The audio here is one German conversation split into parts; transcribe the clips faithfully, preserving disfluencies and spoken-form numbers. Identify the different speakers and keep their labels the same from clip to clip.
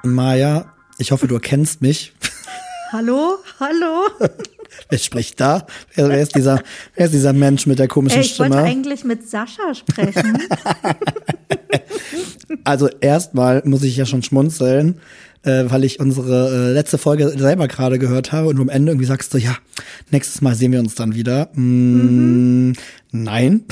Speaker 1: Maja, ich hoffe, du erkennst mich.
Speaker 2: Hallo, hallo.
Speaker 1: Wer spricht da? Wer, wer, ist dieser, wer ist dieser Mensch mit der komischen
Speaker 2: Ey, ich
Speaker 1: Stimme?
Speaker 2: Ich wollte eigentlich mit Sascha sprechen.
Speaker 1: Also erstmal muss ich ja schon schmunzeln, äh, weil ich unsere äh, letzte Folge selber gerade gehört habe und du am Ende irgendwie sagst du, ja, nächstes Mal sehen wir uns dann wieder. Mm, mhm. Nein.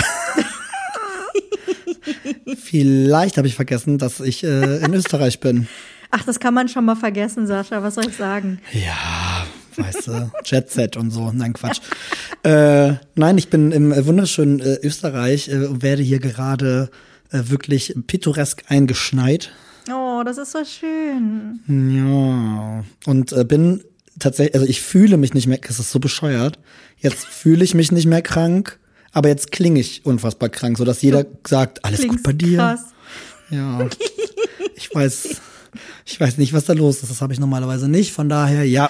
Speaker 1: Vielleicht habe ich vergessen, dass ich äh, in Österreich bin.
Speaker 2: Ach, das kann man schon mal vergessen, Sascha. Was soll ich sagen?
Speaker 1: Ja, weißt du, Jet Set und so. Nein, Quatsch. äh, nein, ich bin im wunderschönen äh, Österreich äh, und werde hier gerade äh, wirklich pittoresk eingeschneit.
Speaker 2: Oh, das ist so schön.
Speaker 1: Ja, und äh, bin tatsächlich, also ich fühle mich nicht mehr, es ist so bescheuert, jetzt fühle ich mich nicht mehr krank, aber jetzt klinge ich unfassbar krank, sodass jeder sagt, alles gut bei dir.
Speaker 2: Krass.
Speaker 1: Ja, ich weiß... Ich weiß nicht, was da los ist. Das habe ich normalerweise nicht. Von daher, ja.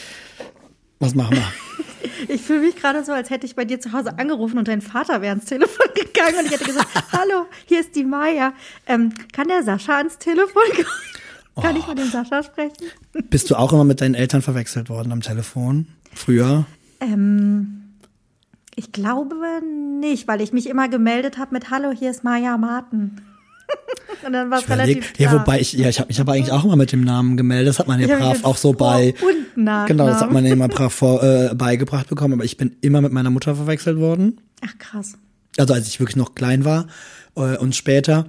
Speaker 1: Was machen wir?
Speaker 2: Ich fühle mich gerade so, als hätte ich bei dir zu Hause angerufen und dein Vater wäre ans Telefon gegangen und ich hätte gesagt, hallo, hier ist die Maja. Ähm, kann der Sascha ans Telefon kommen? Oh. Kann ich mit dem Sascha sprechen?
Speaker 1: Bist du auch immer mit deinen Eltern verwechselt worden am Telefon? Früher?
Speaker 2: Ähm, ich glaube nicht, weil ich mich immer gemeldet habe mit hallo, hier ist Maja Martin. Und dann war es relativ klar.
Speaker 1: Ja, wobei ich, ja, ich habe mich aber eigentlich auch immer mit dem Namen gemeldet. Das hat man ja brav auch so bei.
Speaker 2: Und Nachnamen.
Speaker 1: Genau, das hat man ja immer brav vor, äh, beigebracht bekommen. Aber ich bin immer mit meiner Mutter verwechselt worden.
Speaker 2: Ach krass.
Speaker 1: Also als ich wirklich noch klein war äh, und später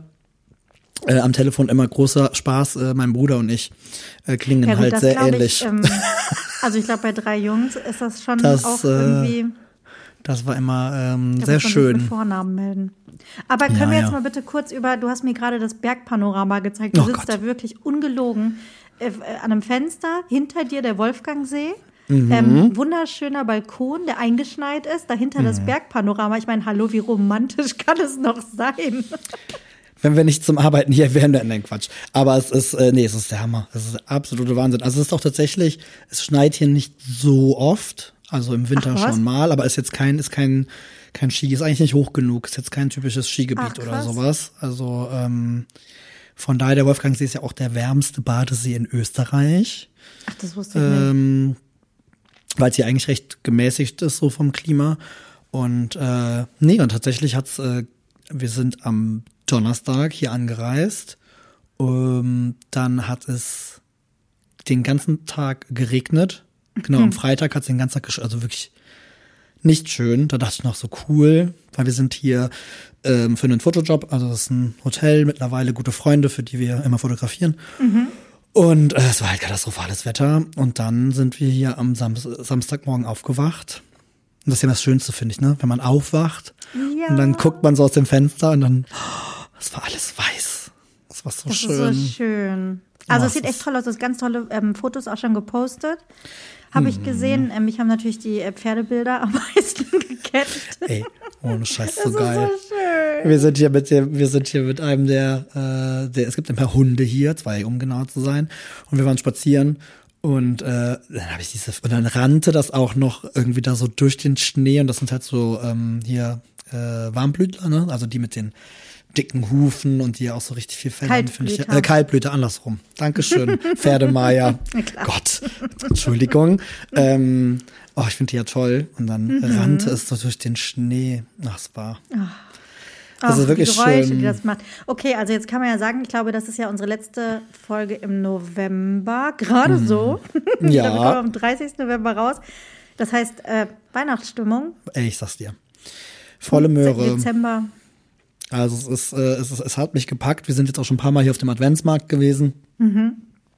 Speaker 1: äh, am Telefon immer großer Spaß. Äh, mein Bruder und ich äh, klingen ja, gut, halt sehr ähnlich.
Speaker 2: Ich, ähm, also ich glaube, bei drei Jungs ist das schon
Speaker 1: das,
Speaker 2: auch irgendwie.
Speaker 1: Äh, das war immer ähm,
Speaker 2: da
Speaker 1: sehr
Speaker 2: muss man
Speaker 1: schön.
Speaker 2: Sich mit Vornamen melden. Aber können ja, wir jetzt ja. mal bitte kurz über, du hast mir gerade das Bergpanorama gezeigt, du oh sitzt Gott. da wirklich ungelogen äh, an einem Fenster, hinter dir der Wolfgangsee, mhm. ähm, wunderschöner Balkon, der eingeschneit ist, dahinter mhm. das Bergpanorama. Ich meine, hallo, wie romantisch kann es noch sein?
Speaker 1: Wenn wir nicht zum Arbeiten hier wären, dann nein, Quatsch. Aber es ist, äh, nee, es ist der Hammer. Es ist der absolute Wahnsinn. Also es ist doch tatsächlich, es schneit hier nicht so oft, also im Winter Ach, schon mal, aber ist jetzt kein, ist kein, kein Ski, ist eigentlich nicht hoch genug, ist jetzt kein typisches Skigebiet Ach, oder sowas. Also ähm, von daher, der Wolfgangsee ist ja auch der wärmste Badesee in Österreich.
Speaker 2: Ach, das wusste ich
Speaker 1: ähm,
Speaker 2: nicht.
Speaker 1: Weil es hier eigentlich recht gemäßigt ist, so vom Klima. Und äh, nee, und tatsächlich hat's, äh, wir sind am Donnerstag hier angereist. Ähm, dann hat es den ganzen Tag geregnet. Genau, am Freitag hat es den ganzen Tag gesch- also wirklich nicht schön. Da dachte ich noch so cool, weil wir sind hier ähm, für einen Fotojob, also das ist ein Hotel, mittlerweile gute Freunde, für die wir immer fotografieren. Mhm. Und äh, es war halt katastrophales Wetter. Und dann sind wir hier am Sam- Samstagmorgen aufgewacht. Und das ist ja das Schönste, finde ich, ne? Wenn man aufwacht ja. und dann guckt man so aus dem Fenster und dann, oh, es war alles weiß. Das war so
Speaker 2: das
Speaker 1: schön.
Speaker 2: Das ist so schön. Also
Speaker 1: oh,
Speaker 2: es sieht echt toll aus, du hast ganz tolle ähm, Fotos auch schon gepostet. Habe ich gesehen. Ähm, mich haben natürlich die äh, Pferdebilder am meisten gecatcht.
Speaker 1: Ey, ohne Scheiß, so
Speaker 2: das
Speaker 1: geil.
Speaker 2: Das ist so schön.
Speaker 1: Wir sind hier mit dem, wir sind hier mit einem der, äh, der, es gibt ein paar Hunde hier, zwei um genau zu sein. Und wir waren spazieren und äh, dann habe ich diese, und dann rannte das auch noch irgendwie da so durch den Schnee und das sind halt so ähm, hier äh, Warmblütler, ne? Also die mit den dicken Hufen und die auch so richtig viel Fell haben, finde ich. Äh, Kaltblüter, andersrum. Dankeschön, Pferdemaja. Gott, Entschuldigung. ähm, oh, ich finde die ja toll. Und dann mhm. rannte es so durch den Schnee. Ach, es war. Das
Speaker 2: Ach,
Speaker 1: ist wirklich
Speaker 2: die Geräusche,
Speaker 1: schön.
Speaker 2: Die das macht. Okay, also jetzt kann man ja sagen, ich glaube, das ist ja unsere letzte Folge im November. Gerade mhm. so.
Speaker 1: Ja.
Speaker 2: Ich glaube, wir kommen am dreißigsten November raus. Das heißt, äh, Weihnachtsstimmung.
Speaker 1: Ey, ich sag's dir. Volle Möhre.
Speaker 2: Dezember.
Speaker 1: Also es ist, äh, es ist, es hat mich gepackt. Wir sind jetzt auch schon ein paar Mal hier auf dem Adventsmarkt gewesen. Mhm.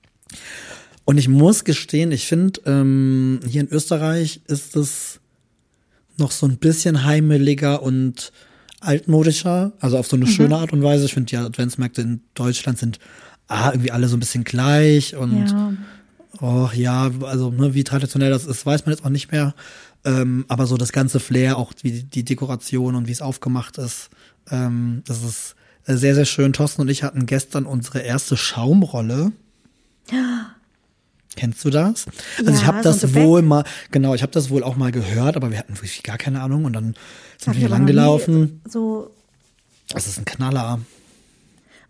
Speaker 1: Und ich muss gestehen, ich finde, ähm, hier in Österreich ist es noch so ein bisschen heimeliger und altmodischer. Also auf so eine mhm. schöne Art und Weise. Ich finde, die Adventsmärkte in Deutschland sind ah, irgendwie alle so ein bisschen gleich. Und
Speaker 2: ja,
Speaker 1: oh, ja also ne, wie traditionell das ist, weiß man jetzt auch nicht mehr. Ähm, aber so das ganze Flair, auch wie die Dekoration und wie es aufgemacht ist, ähm, das ist sehr, sehr schön. Thorsten und ich hatten gestern unsere erste Schaumrolle.
Speaker 2: Ja.
Speaker 1: Kennst du das? Also
Speaker 2: ja,
Speaker 1: ich habe
Speaker 2: so
Speaker 1: das wohl mal, genau, ich habe das wohl auch mal gehört, aber wir hatten wirklich gar keine Ahnung und dann sind wir hier lang gelaufen.
Speaker 2: So.
Speaker 1: Das ist ein Knaller.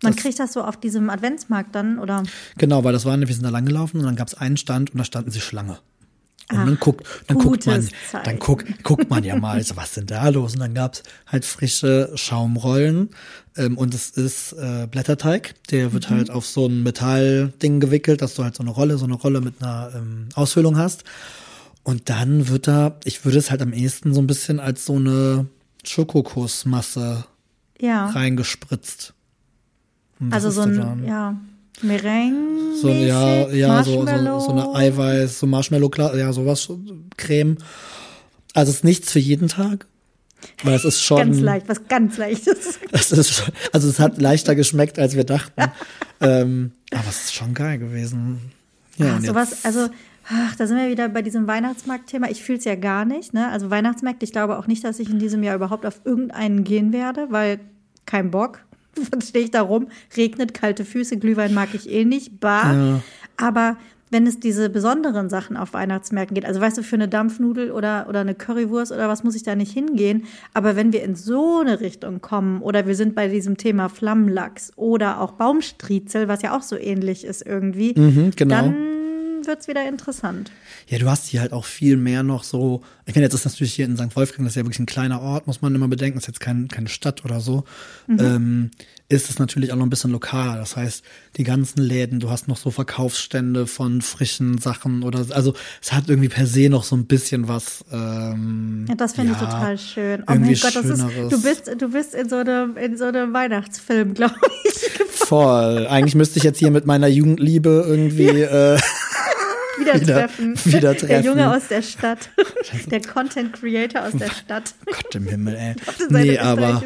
Speaker 2: Man das, kriegt das so auf diesem Adventsmarkt dann, oder?
Speaker 1: Genau, weil das war, wir sind da lang gelaufen und dann gab es einen Stand und da standen sie Schlange. Und Ach, dann guckt, dann guckt man, Zeichen. dann guckt, guckt man ja mal, so, was ist denn da los? Und dann gab's halt frische Schaumrollen ähm, und es ist äh, Blätterteig, der wird mhm. halt auf so ein Metallding gewickelt, dass du halt so eine Rolle, so eine Rolle mit einer ähm, Ausfüllung hast. Und dann wird da, ich würde es halt am ehesten so ein bisschen als so eine Schokokussmasse ja. reingespritzt.
Speaker 2: Also so ein, dann, ja. Meringue,
Speaker 1: so, ja, ja, so, so, so eine Eiweiß, so Marshmallow, ja, sowas, Creme. Also es ist nichts für jeden Tag, weil es ist schon
Speaker 2: ganz leicht, was ganz leichtes.
Speaker 1: Es ist schon, also es hat leichter geschmeckt, als wir dachten. ähm, aber es ist schon geil gewesen. Ja,
Speaker 2: ach, sowas, also ach, da sind wir wieder bei diesem Weihnachtsmarkt-Thema. Ich fühle es ja gar nicht, ne? Also Weihnachtsmärkte, ich glaube auch nicht, dass ich in diesem Jahr überhaupt auf irgendeinen gehen werde, weil kein Bock. Dann stehe ich da rum, regnet, kalte Füße, Glühwein mag ich eh nicht, bah. Ja. Aber wenn es diese besonderen Sachen auf Weihnachtsmärkten geht, also weißt du, für eine Dampfnudel oder, oder eine Currywurst oder was, muss ich da nicht hingehen. Aber wenn wir in so eine Richtung kommen oder wir sind bei diesem Thema Flammlachs oder auch Baumstriezel, was ja auch so ähnlich ist irgendwie,
Speaker 1: mhm, genau.
Speaker 2: dann wird's wieder interessant.
Speaker 1: Ja, du hast hier halt auch viel mehr noch so, ich meine, jetzt ist natürlich hier in Sankt Wolfgang, das ist ja wirklich ein kleiner Ort, muss man immer bedenken, das ist jetzt kein, keine Stadt oder so, mhm. ähm, ist es natürlich auch noch ein bisschen lokal. Das heißt, die ganzen Läden, du hast noch so Verkaufsstände von frischen Sachen oder, also es hat irgendwie per se noch so ein bisschen was. Ähm,
Speaker 2: ja, das finde ja, ich total schön. Oh mein Gott, das ist, du bist, du bist in so einem, in so einem Weihnachtsfilm, glaube ich.
Speaker 1: Voll. Eigentlich müsste ich jetzt hier mit meiner Jugendliebe irgendwie, äh,
Speaker 2: Wieder treffen.
Speaker 1: Wieder, wieder treffen.
Speaker 2: Der Junge aus der Stadt. Der Content Creator aus der Stadt.
Speaker 1: Gott im Himmel, ey.
Speaker 2: Nee, aber,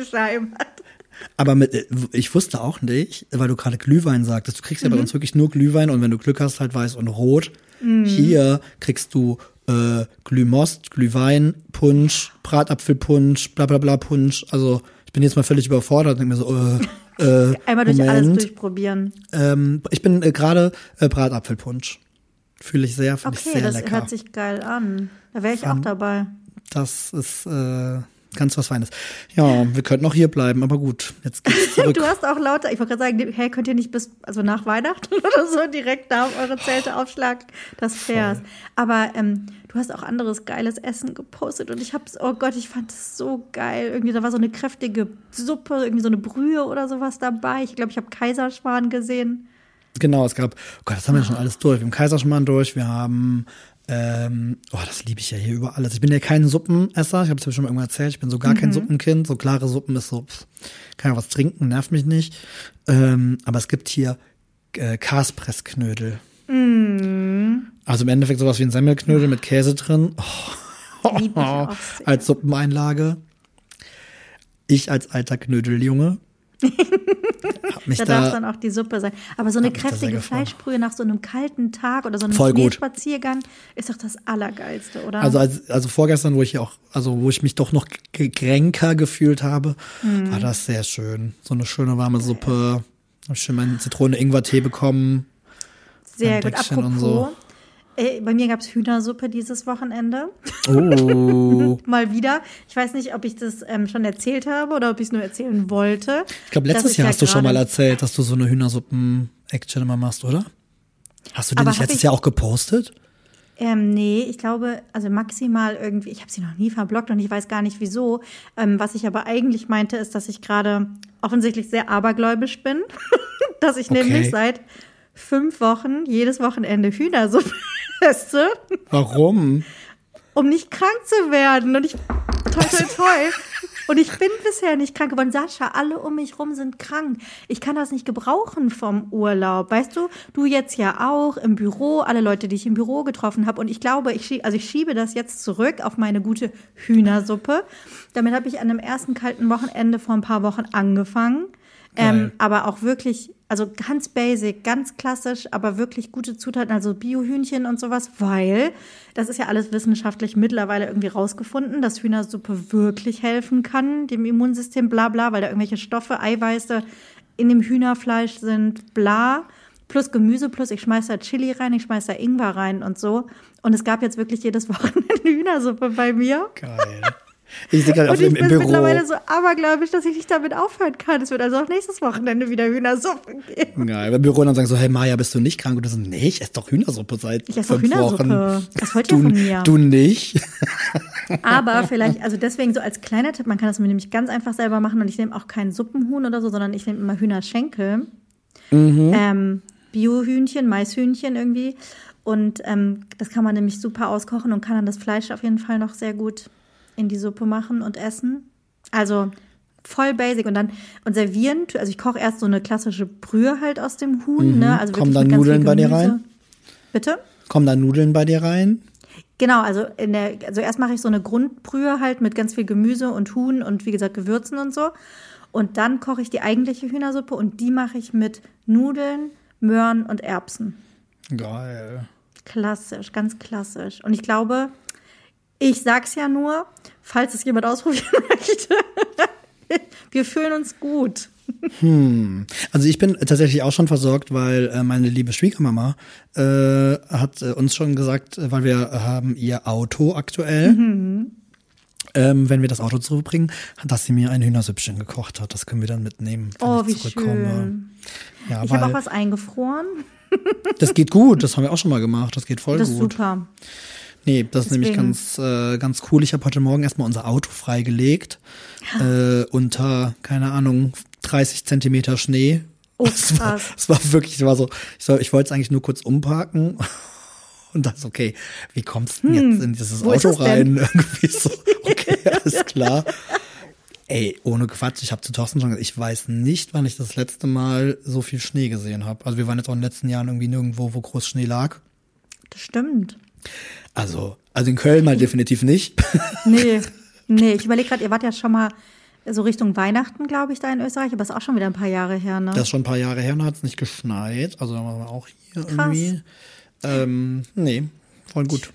Speaker 1: aber mit, ich wusste auch nicht, weil du gerade Glühwein sagtest, du kriegst ja mhm. bei uns wirklich nur Glühwein und wenn du Glück hast, halt weiß und rot. Mhm. Hier kriegst du äh, Glühmost, Glühwein, Punsch, Bratapfelpunsch, bla bla bla Punsch. Also ich bin jetzt mal völlig überfordert und denke mir so, äh, äh,
Speaker 2: einmal durch
Speaker 1: Moment.
Speaker 2: alles durchprobieren.
Speaker 1: Ähm, ich bin äh, gerade äh, Bratapfelpunsch. Fühle ich sehr, finde
Speaker 2: okay,
Speaker 1: ich sehr
Speaker 2: das
Speaker 1: lecker.
Speaker 2: Hört sich geil an. Da wäre ich auch dabei.
Speaker 1: Das ist äh, ganz was Feines. Ja, wir könnten auch hier bleiben, aber gut, jetzt geht's zurück.
Speaker 2: Du hast auch lauter, ich wollte gerade sagen, hey, könnt ihr nicht bis, also nach Weihnachten oder so direkt da auf eure Zelte aufschlagen? Das fährst. Aber ähm, du hast auch anderes geiles Essen gepostet und ich hab's, oh Gott, ich fand es so geil. Irgendwie, da war so eine kräftige Suppe, irgendwie so eine Brühe oder sowas dabei. Ich glaube, ich habe Kaiserschmarrn gesehen.
Speaker 1: Genau, es gab, oh Gott, das haben wir schon alles durch. Wir haben Kaiserschmarrn durch, wir haben, ähm, oh, das liebe ich ja hier über alles. Ich bin ja kein Suppenesser, ich habe es ja schon mal irgendwann erzählt, ich bin so gar mhm. kein Suppenkind. So klare Suppen ist so, pff, kann ja was trinken, nervt mich nicht. Ähm, aber es gibt hier äh, Kaspressknödel.
Speaker 2: Mhm.
Speaker 1: Also im Endeffekt sowas wie ein Semmelknödel mit Käse drin. Oh,
Speaker 2: lieb ich auch sehr.
Speaker 1: Als Suppeneinlage. Ich als alter Knödeljunge.
Speaker 2: da darf da, dann auch die Suppe sein. Aber so eine kräftige Fleischbrühe nach so einem kalten Tag oder so einem Schneespaziergang ist doch das Allergeilste, oder?
Speaker 1: Also, als, also vorgestern, wo ich auch, also wo ich mich doch noch kränker gefühlt habe, mhm. war das sehr schön. So eine schöne warme Suppe, habe schön meinen Zitrone-Ingwer-Tee bekommen.
Speaker 2: Sehr gut. Apropos, und so. Äh, bei mir gab es Hühnersuppe dieses Wochenende.
Speaker 1: Oh.
Speaker 2: Mal wieder. Ich weiß nicht, ob ich das ähm, schon erzählt habe oder ob ich es nur erzählen wollte.
Speaker 1: Ich glaube, letztes Jahr ja hast du schon mal erzählt, dass du so eine Hühnersuppen-Action immer machst, oder? Hast du die nicht letztes ich, Jahr auch gepostet?
Speaker 2: Ähm, nee, ich glaube, also maximal irgendwie, ich habe sie noch nie verblockt und ich weiß gar nicht wieso. Ähm, was ich aber eigentlich meinte, ist, dass ich gerade offensichtlich sehr abergläubisch bin. dass ich okay. nämlich seit fünf Wochen jedes Wochenende Hühnersuppe esse.
Speaker 1: Warum?
Speaker 2: Um nicht krank zu werden. Und ich, toi, toi, toi. Und ich bin bisher nicht krank geworden. Sascha, alle um mich rum sind krank. Ich kann das nicht gebrauchen vom Urlaub. Weißt du, du jetzt ja auch im Büro, alle Leute, die ich im Büro getroffen habe. Und ich glaube, ich schiebe, also ich schiebe das jetzt zurück auf meine gute Hühnersuppe. Damit habe ich an dem ersten kalten Wochenende vor ein paar Wochen angefangen. Ähm, aber auch wirklich, also ganz basic, ganz klassisch, aber wirklich gute Zutaten, also Biohühnchen und sowas, weil das ist ja alles wissenschaftlich mittlerweile irgendwie rausgefunden, dass Hühnersuppe wirklich helfen kann, dem Immunsystem, bla bla, weil da irgendwelche Stoffe, Eiweiße in dem Hühnerfleisch sind, bla, plus Gemüse, plus ich schmeiß da Chili rein, ich schmeiß da Ingwer rein und so. Und es gab jetzt wirklich jedes Wochenende Hühnersuppe bei mir.
Speaker 1: Geil. Ich sehe gerade auf dem im
Speaker 2: bin
Speaker 1: Büro.
Speaker 2: Mittlerweile so abergläubisch, dass ich nicht damit aufhören kann. Es wird also auch nächstes Wochenende wieder Hühnersuppe geben.
Speaker 1: Geil. Im Büro dann sagen so, hey Maja, bist du nicht krank? Und du so, nee, ich esse doch Hühnersuppe seit
Speaker 2: Ich esse doch
Speaker 1: fünf
Speaker 2: Hühnersuppe.
Speaker 1: Wochen.
Speaker 2: Das wollt
Speaker 1: Du,
Speaker 2: ihr von mir.
Speaker 1: du nicht?
Speaker 2: Aber vielleicht, also deswegen so als kleiner Tipp, man kann das nämlich ganz einfach selber machen und ich nehme auch keinen Suppenhuhn oder so, sondern ich nehme immer Hühnerschenkel. Mhm. Ähm, Biohühnchen, Maishühnchen irgendwie. Und ähm, das kann man nämlich super auskochen und kann dann das Fleisch auf jeden Fall noch sehr gut in die Suppe machen und essen. Also voll basic. Und dann und servieren, also ich koche erst so eine klassische Brühe halt aus dem Huhn.
Speaker 1: Mhm.
Speaker 2: Ne? Also
Speaker 1: Kommen da Nudeln bei dir rein?
Speaker 2: Bitte?
Speaker 1: Kommen da Nudeln bei dir rein?
Speaker 2: Genau, also in der, also erst mache ich so eine Grundbrühe halt mit ganz viel Gemüse und Huhn und wie gesagt Gewürzen und so. Und dann koche ich die eigentliche Hühnersuppe und die mache ich mit Nudeln, Möhren und Erbsen.
Speaker 1: Geil.
Speaker 2: Klassisch, ganz klassisch. Und ich glaube, ich sag's ja nur, falls es jemand ausprobieren möchte, wir fühlen uns gut.
Speaker 1: Hm. Also ich bin tatsächlich auch schon versorgt, weil äh, meine liebe Schwiegermama äh, hat äh, uns schon gesagt, weil wir haben ihr Auto aktuell, mhm. ähm, wenn wir das Auto zurückbringen, dass sie mir ein Hühnersüppchen gekocht hat. Das können wir dann mitnehmen, wenn
Speaker 2: oh,
Speaker 1: ich zurückkomme.
Speaker 2: Schön.
Speaker 1: Ja,
Speaker 2: ich habe auch was eingefroren.
Speaker 1: Das geht gut, das haben wir auch schon mal gemacht. Das geht voll
Speaker 2: das
Speaker 1: gut.
Speaker 2: Das ist super.
Speaker 1: Nee, das Deswegen. ist nämlich ganz, äh, ganz cool. Ich habe heute Morgen erstmal unser Auto freigelegt. äh, unter, keine Ahnung, dreißig Zentimeter Schnee.
Speaker 2: Oh,
Speaker 1: es war, es war wirklich, es war so, ich, soll, ich wollte es eigentlich nur kurz umparken. Und das, okay, wie kommst du denn jetzt in dieses
Speaker 2: Wo
Speaker 1: Auto
Speaker 2: ist das
Speaker 1: rein?
Speaker 2: denn?
Speaker 1: Irgendwie so, okay, alles klar. Ey, ohne Quatsch, ich habe zu Thorsten schon gesagt, ich weiß nicht, wann ich das letzte Mal so viel Schnee gesehen habe. Also wir waren jetzt auch in den letzten Jahren irgendwie nirgendwo, wo groß Schnee lag.
Speaker 2: Das stimmt.
Speaker 1: Also, also in Köln mal definitiv nicht.
Speaker 2: Nee, nee, ich überlege gerade, ihr wart ja schon mal so Richtung Weihnachten, glaube ich, da in Österreich, aber das ist auch schon wieder ein paar Jahre her, ne?
Speaker 1: Das ist schon ein paar Jahre her, da hat es nicht geschneit. Also da waren wir auch hier Krass. irgendwie. Ähm, nee, voll gut.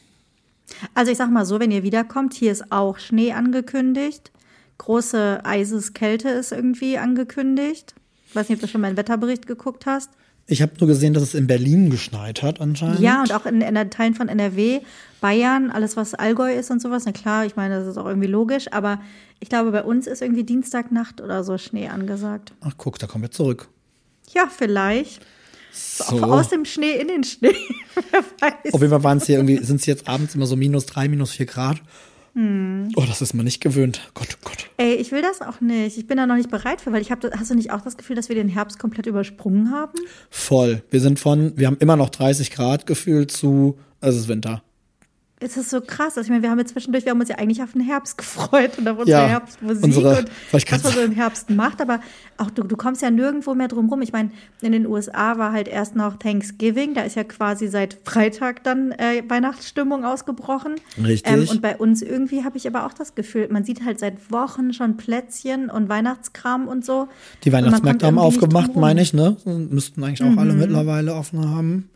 Speaker 2: Also ich sag mal so, wenn ihr wiederkommt, hier ist auch Schnee angekündigt. Große Eiseskälte ist irgendwie angekündigt. Ich weiß nicht, ob du schon mal einen Wetterbericht geguckt hast.
Speaker 1: Ich habe nur gesehen, dass es in Berlin geschneit hat anscheinend.
Speaker 2: Ja, und auch in, in Teilen von N R W, Bayern, alles was Allgäu ist und sowas. Na klar, ich meine, das ist auch irgendwie logisch. Aber ich glaube, bei uns ist irgendwie Dienstagnacht oder so Schnee angesagt.
Speaker 1: Ach guck, da kommen wir zurück.
Speaker 2: Ja, vielleicht.
Speaker 1: So.
Speaker 2: Aus dem Schnee in den Schnee. Wer weiß.
Speaker 1: Auf jeden Fall waren es hier irgendwie, sind es jetzt abends immer so minus drei, minus vier Grad. Hm. Oh, das ist man nicht gewöhnt. Gott, oh Gott.
Speaker 2: Ey, ich will das auch nicht. Ich bin da noch nicht bereit für, weil ich habe, hast du nicht auch das Gefühl, dass wir den Herbst komplett übersprungen haben?
Speaker 1: Voll. Wir sind von, wir haben immer noch dreißig Grad gefühlt zu, es ist Winter.
Speaker 2: Es ist so krass. Also ich meine, wir haben jetzt zwischendurch, wir haben uns ja eigentlich auf den Herbst gefreut und auf unsere
Speaker 1: ja,
Speaker 2: Herbstmusik
Speaker 1: unsere,
Speaker 2: und was man so im Herbst macht. Aber auch du, du kommst ja nirgendwo mehr drum rum. Ich meine, in den U S A war halt erst noch Thanksgiving. Da ist ja quasi seit Freitag dann äh, Weihnachtsstimmung ausgebrochen.
Speaker 1: Richtig.
Speaker 2: Ähm, und bei uns irgendwie habe ich aber auch das Gefühl, man sieht halt seit Wochen schon Plätzchen und Weihnachtskram und so.
Speaker 1: Die Weihnachtsmärkte haben aufgemacht, meine ich, ne? Müssten eigentlich auch mhm. alle mittlerweile offen haben.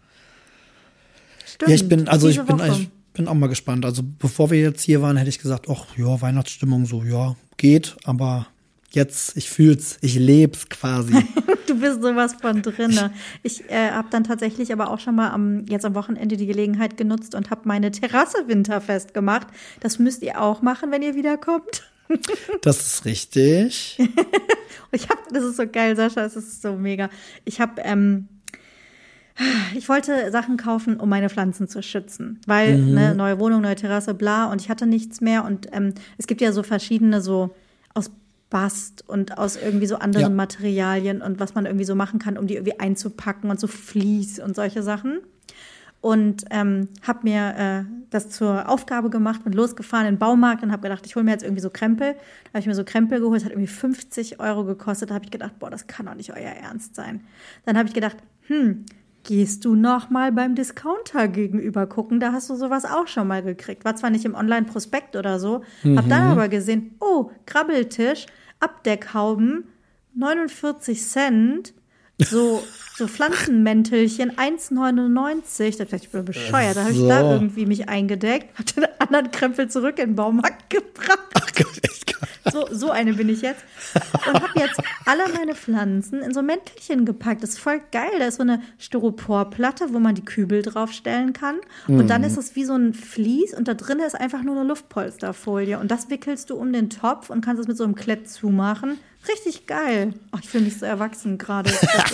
Speaker 2: Stimmt.
Speaker 1: Ja, ich bin, also ich bin
Speaker 2: Woche.
Speaker 1: eigentlich bin auch mal gespannt. Also bevor wir jetzt hier waren, hätte ich gesagt, ach ja, Weihnachtsstimmung so, ja, geht. Aber jetzt, ich fühl's, ich leb's quasi.
Speaker 2: Du bist sowas von drinne. Ich äh, habe dann tatsächlich aber auch schon mal am, jetzt am Wochenende die Gelegenheit genutzt und habe meine Terrasse winterfest gemacht. Das müsst ihr auch machen, wenn ihr wiederkommt.
Speaker 1: Das ist richtig.
Speaker 2: ich hab, das ist so geil, Sascha, es ist so mega. Ich habe ähm, Ich wollte Sachen kaufen, um meine Pflanzen zu schützen, weil mhm. ne, neue Wohnung, neue Terrasse, bla, und ich hatte nichts mehr. Und ähm, es gibt ja so verschiedene so aus Bast und aus irgendwie so anderen ja. Materialien und was man irgendwie so machen kann, um die irgendwie einzupacken und so Vlies und solche Sachen. Und ähm, habe mir äh, das zur Aufgabe gemacht, bin losgefahren in den Baumarkt und habe gedacht, ich hole mir jetzt irgendwie so Krempel. Da habe ich mir so Krempel geholt, das hat irgendwie fünfzig Euro gekostet. Da habe ich gedacht, boah, das kann doch nicht euer Ernst sein. Dann habe ich gedacht, hm, gehst du noch mal beim Discounter gegenüber gucken, da hast du sowas auch schon mal gekriegt. War zwar nicht im Online-Prospekt oder so, mhm. hab dann aber gesehen, oh, Krabbeltisch, Abdeckhauben, neunundvierzig Cent, so, so Pflanzenmäntelchen, eins neunundneunzig. Da dachte ich, ich bin bescheuert, da habe ich so. da irgendwie mich eingedeckt, hab den anderen Krempel zurück in den Baumarkt gebracht.
Speaker 1: Ach Gott, echt geil.
Speaker 2: So, so eine bin ich jetzt. Und habe jetzt alle meine Pflanzen in so Mäntelchen gepackt. Das ist voll geil. Da ist so eine Styroporplatte, wo man die Kübel draufstellen kann. Und mm. dann ist es wie so ein Vlies und da drin ist einfach nur eine Luftpolsterfolie. Und das wickelst du um den Topf und kannst es mit so einem Klett zumachen. Richtig geil. Ach, ich fühle mich so erwachsen gerade.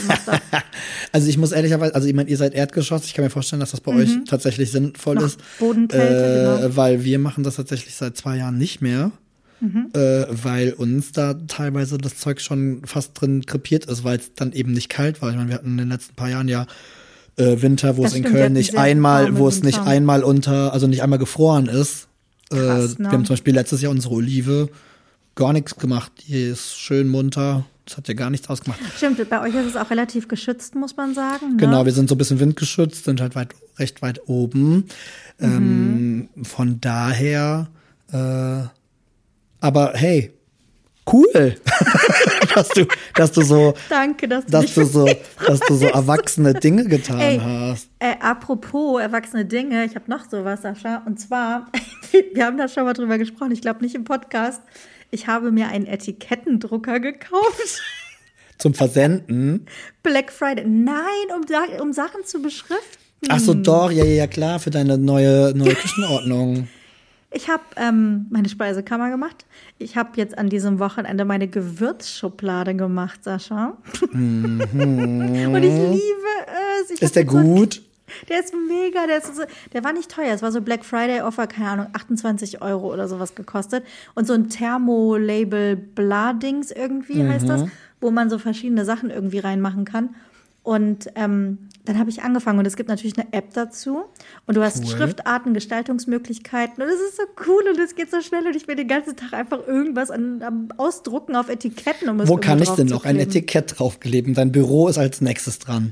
Speaker 1: Also ich muss ehrlicherweise, also ich meine, ihr seid Erdgeschoss. Ich kann mir vorstellen, dass das bei mhm. euch tatsächlich sinnvoll
Speaker 2: Noch
Speaker 1: ist.
Speaker 2: Bodenkälte,
Speaker 1: äh, genau. Weil wir machen das tatsächlich seit zwei Jahren nicht mehr. Mhm. Äh, weil uns da teilweise das Zeug schon fast drin krepiert ist, weil es dann eben nicht kalt war. Ich meine, wir hatten in den letzten paar Jahren ja äh, Winter, wo das es in stimmt, Köln nicht einmal, wo es nicht Winter. einmal unter, also nicht einmal gefroren ist. Krass, äh, ne? Wir haben zum Beispiel letztes Jahr unsere Olive gar nichts gemacht. Die ist schön munter. Das hat ja gar nichts ausgemacht.
Speaker 2: Stimmt, bei euch ist es auch relativ geschützt, muss man sagen. Ne?
Speaker 1: Genau, wir sind so ein bisschen windgeschützt, sind halt weit, recht weit oben. Mhm. Ähm, von daher, äh, aber hey, cool, dass du, dass du so,
Speaker 2: Danke, dass du,
Speaker 1: dass du so, dass du so erwachsene Dinge getan
Speaker 2: Ey,
Speaker 1: hast.
Speaker 2: Äh, apropos erwachsene Dinge, ich habe noch sowas, Sascha. Und zwar, wir haben da schon mal drüber gesprochen. Ich glaube nicht im Podcast. Ich habe mir einen Etikettendrucker gekauft.
Speaker 1: Zum Versenden?
Speaker 2: Black Friday. Nein, um, um Sachen zu beschriften.
Speaker 1: Ach so, doch, ja, ja, klar, für deine neue, neue Küchenordnung.
Speaker 2: Ich habe ähm, meine Speisekammer gemacht. Ich habe jetzt an diesem Wochenende meine Gewürzschublade gemacht, Sascha. Mhm. Und ich liebe es. Ich
Speaker 1: ist der gut?
Speaker 2: So, der ist mega. Der, ist so, der war nicht teuer. Es war so Black Friday Offer, keine Ahnung, achtundzwanzig Euro oder sowas gekostet. Und so ein Thermolabel-Bladings irgendwie mhm. heißt das, wo man so verschiedene Sachen irgendwie reinmachen kann. Und ähm, dann habe ich angefangen und es gibt natürlich eine App dazu und du hast cool. Schriftarten, Gestaltungsmöglichkeiten und es ist so cool und es geht so schnell und ich will den ganzen Tag einfach irgendwas an, am Ausdrucken auf Etiketten. Um es
Speaker 1: Wo kann ich denn noch ein Etikett draufkleben? Dein Büro ist als nächstes dran.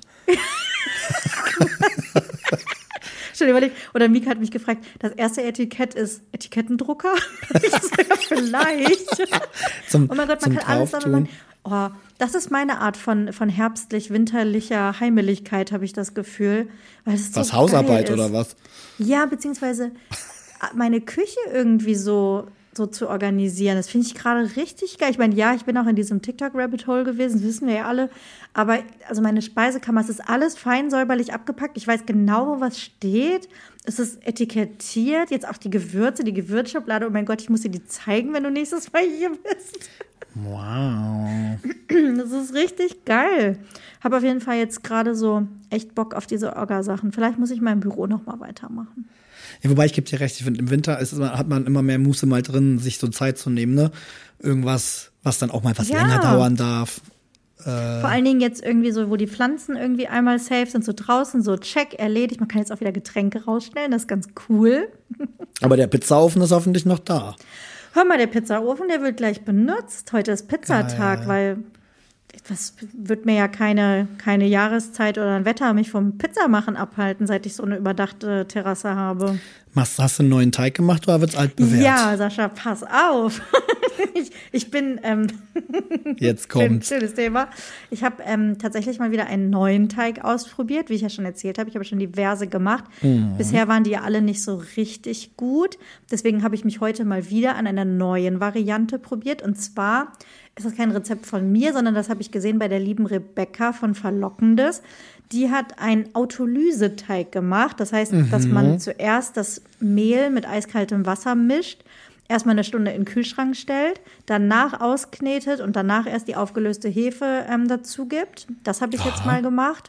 Speaker 2: Schon überlegt. Oder Mika hat mich gefragt, das erste Etikett ist Etikettendrucker. Ich sage, ja, vielleicht.
Speaker 1: Zum,
Speaker 2: oh mein Gott, man kann alles damit. Oh, das ist meine Art von, von herbstlich-winterlicher Heimeligkeit, habe ich das Gefühl. Weil es
Speaker 1: was,
Speaker 2: so
Speaker 1: Hausarbeit
Speaker 2: geil ist.
Speaker 1: Oder was?
Speaker 2: Ja, beziehungsweise meine Küche irgendwie so, so zu organisieren. Das finde ich gerade richtig geil. Ich meine, ja, ich bin auch in diesem TikTok-Rabbit-Hole gewesen, das wissen wir ja alle. Aber also meine Speisekammer, es ist alles fein säuberlich abgepackt. Ich weiß genau, wo was steht. Es ist etikettiert. Jetzt auch die Gewürze, die Gewürzschublade. Oh mein Gott, ich muss dir die zeigen, wenn du nächstes Mal hier bist.
Speaker 1: Wow.
Speaker 2: Das ist richtig geil. Habe auf jeden Fall jetzt gerade so echt Bock auf diese Orga-Sachen. Vielleicht muss ich mein Büro noch mal weitermachen.
Speaker 1: Ja, wobei, ich gebe dir recht, ich finde, im Winter ist, hat man immer mehr Muße mal drin, sich so Zeit zu nehmen, ne? Irgendwas, was dann auch mal was ja. länger dauern darf. Äh
Speaker 2: Vor allen Dingen jetzt irgendwie so, wo die Pflanzen irgendwie einmal safe sind, so draußen, so check, erledigt. Man kann jetzt auch wieder Getränke rausstellen, das ist ganz cool.
Speaker 1: Aber der Pizzaofen ist hoffentlich noch da.
Speaker 2: Hör mal, der Pizzaofen, der wird gleich benutzt. Heute ist Pizzatag, Geil. Weil das wird mir ja keine, keine Jahreszeit oder ein Wetter mich vom Pizzamachen abhalten, seit ich so eine überdachte Terrasse habe.
Speaker 1: Hast, hast du einen neuen Teig gemacht oder wird's altbewährt?
Speaker 2: Ja, Sascha, pass auf. ich, ich bin, ähm,
Speaker 1: jetzt kommt's.
Speaker 2: Schön, schönes Thema. Ich habe ähm, tatsächlich mal wieder einen neuen Teig ausprobiert, wie ich ja schon erzählt habe. Ich habe schon diverse gemacht. Mhm. Bisher waren die ja alle nicht so richtig gut. Deswegen habe ich mich heute mal wieder an einer neuen Variante probiert. Und zwar ist das kein Rezept von mir, sondern das habe ich gesehen bei der lieben Rebecca von Verlockendes. Die hat einen Autolyseteig gemacht. Das heißt, mhm. dass man zuerst das Mehl mit eiskaltem Wasser mischt, erstmal eine Stunde in den Kühlschrank stellt, danach ausknetet und danach erst die aufgelöste Hefe ähm, dazu gibt. Das habe ich Aha. jetzt mal gemacht.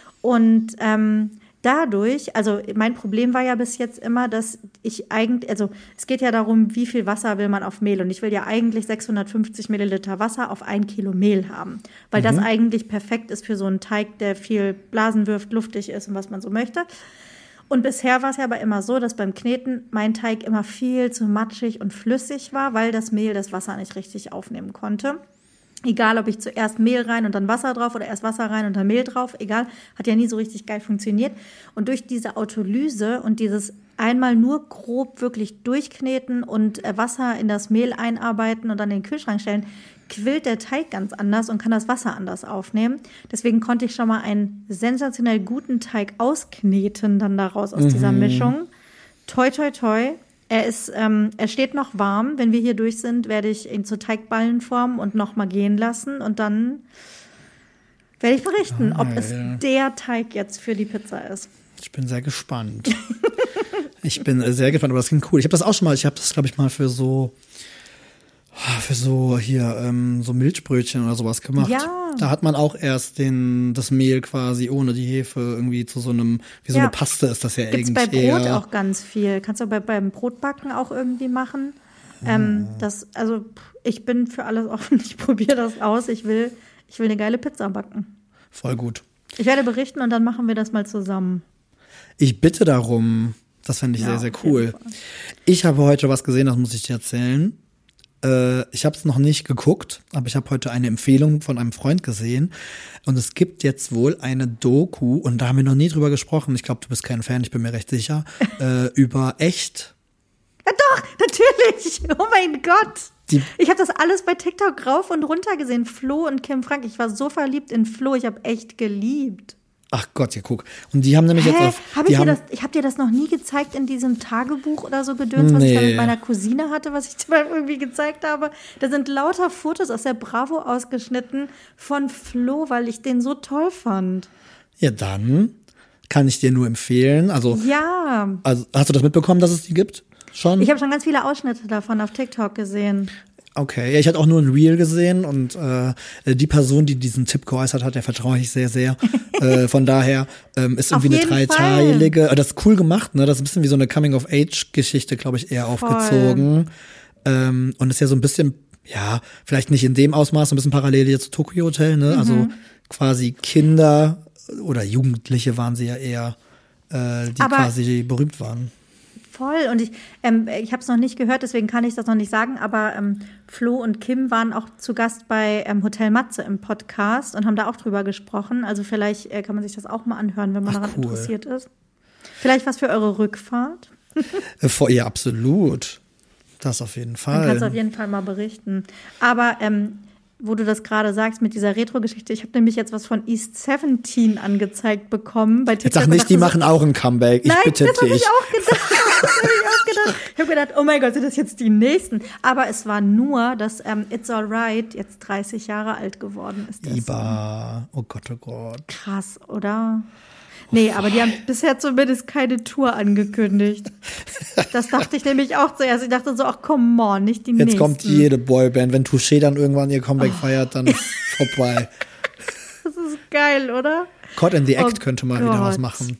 Speaker 2: Und ähm, dadurch, also mein Problem war ja bis jetzt immer, dass ich eigentlich, also es geht ja darum, wie viel Wasser will man auf Mehl und ich will ja eigentlich sechshundertfünfzig Milliliter Wasser auf ein Kilo Mehl haben, weil mhm. das eigentlich perfekt ist für so einen Teig, der viel Blasen wirft, luftig ist und was man so möchte. Und bisher war es ja aber immer so, dass beim Kneten mein Teig immer viel zu matschig und flüssig war, weil das Mehl das Wasser nicht richtig aufnehmen konnte. Egal, ob ich zuerst Mehl rein und dann Wasser drauf oder erst Wasser rein und dann Mehl drauf, egal, hat ja nie so richtig geil funktioniert. Und durch diese Autolyse und dieses einmal nur grob wirklich durchkneten und Wasser in das Mehl einarbeiten und dann in den Kühlschrank stellen, quillt der Teig ganz anders und kann das Wasser anders aufnehmen. Deswegen konnte ich schon mal einen sensationell guten Teig auskneten dann daraus aus mhm. dieser Mischung. Toi, toi, toi. Er ist, ähm, er steht noch warm. Wenn wir hier durch sind, werde ich ihn zu Teigballen formen und noch mal gehen lassen. Und dann werde ich berichten, oh, ob es der Teig jetzt für die Pizza ist.
Speaker 1: Ich bin sehr gespannt. Ich bin sehr gespannt, aber das klingt cool. Ich habe das auch schon mal, ich habe das, glaube ich, mal für so für so hier ähm, so Milchbrötchen oder sowas gemacht.
Speaker 2: Ja.
Speaker 1: Da hat man auch erst den das Mehl quasi ohne die Hefe irgendwie zu so einem, wie so ja. eine Paste ist das ja
Speaker 2: Gibt's
Speaker 1: irgendwie
Speaker 2: bei Brot
Speaker 1: eher.
Speaker 2: Auch ganz viel. Kannst du bei, beim Brotbacken auch irgendwie machen. Ja. Ähm, das, also ich bin für alles offen. Ich probiere das aus. Ich will, ich will eine geile Pizza backen.
Speaker 1: Voll gut.
Speaker 2: Ich werde berichten und dann machen wir das mal zusammen.
Speaker 1: Ich bitte darum. Das fände ich ja, sehr, sehr cool. Ich habe heute was gesehen, das muss ich dir erzählen. Äh, ich habe es noch nicht geguckt, aber ich habe heute eine Empfehlung von einem Freund gesehen. Und es gibt jetzt wohl eine Doku, und da haben wir noch nie drüber gesprochen. Ich glaube, du bist kein Fan, ich bin mir recht sicher. äh, über Echt.
Speaker 2: Ja doch, natürlich. Oh mein Gott. Die ich habe das alles bei TikTok rauf und runter gesehen. Flo und Kim Frank. Ich war so verliebt in Flo. Ich habe Echt geliebt.
Speaker 1: Ach Gott, ja, guck. Und die haben nämlich
Speaker 2: Hä?
Speaker 1: jetzt auf.
Speaker 2: Hab ich, haben, dir das, ich habe dir das noch nie gezeigt in diesem Tagebuch oder so Gedöns, was nee. ich da mit meiner Cousine hatte, was ich dir mal irgendwie gezeigt habe. Da sind lauter Fotos aus der Bravo ausgeschnitten von Flo, weil ich den so toll fand.
Speaker 1: Ja, dann kann ich dir nur empfehlen. Also,
Speaker 2: ja.
Speaker 1: Also, hast du das mitbekommen, dass es die gibt? Schon?
Speaker 2: Ich habe schon ganz viele Ausschnitte davon auf TikTok gesehen.
Speaker 1: Okay, ja, ich hatte auch nur ein Reel gesehen und äh, die Person, die diesen Tipp geäußert hat, der vertraue ich sehr, sehr. äh, von daher ähm, ist irgendwie eine dreiteilige, äh, das ist cool gemacht, ne? Das ist ein bisschen wie so eine Coming-of-Age-Geschichte, glaube ich, eher Voll. aufgezogen. Ähm, und ist ja so ein bisschen, ja, vielleicht nicht in dem Ausmaß, ein bisschen parallel jetzt zu Tokyo Hotel, ne? Mhm. Also quasi Kinder oder Jugendliche waren sie ja eher, äh, die Aber quasi berühmt waren.
Speaker 2: Voll. Und ich, ähm, ich habe es noch nicht gehört, deswegen kann ich das noch nicht sagen, aber ähm, Flo und Kim waren auch zu Gast bei ähm, Hotel Matze im Podcast und haben da auch drüber gesprochen. Also vielleicht äh, kann man sich das auch mal anhören, wenn man Ach, daran cool. interessiert ist. Vielleicht was für eure Rückfahrt?
Speaker 1: Vor ihr absolut. Das auf jeden Fall.
Speaker 2: Dann kannst du auf jeden Fall mal berichten. Aber ähm, wo du das gerade sagst mit dieser Retro-Geschichte, ich habe nämlich jetzt was von East siebzehn angezeigt bekommen. Bei
Speaker 1: jetzt sag nicht, die machen auch ein Comeback. Ich
Speaker 2: Nein,
Speaker 1: bitte
Speaker 2: das
Speaker 1: dich.
Speaker 2: Hab ich auch gedacht. Das habe ich auch gedacht. Ich habe gedacht, oh mein Gott, sind das jetzt die Nächsten? Aber es war nur, dass ähm, It's Alright jetzt dreißig Jahre alt geworden ist.
Speaker 1: Iba, oh Gott, oh Gott.
Speaker 2: Krass, oder? Nee, aber die haben bisher zumindest keine Tour angekündigt. Das dachte ich nämlich auch zuerst. Ich dachte so, ach come on, nicht die
Speaker 1: Jetzt
Speaker 2: nächsten.
Speaker 1: Jetzt kommt jede Boyband. Wenn Touché dann irgendwann ihr Comeback oh. feiert, dann ist vorbei.
Speaker 2: Das ist geil, oder?
Speaker 1: Caught in the Act
Speaker 2: oh
Speaker 1: könnte mal
Speaker 2: Gott.
Speaker 1: wieder was machen.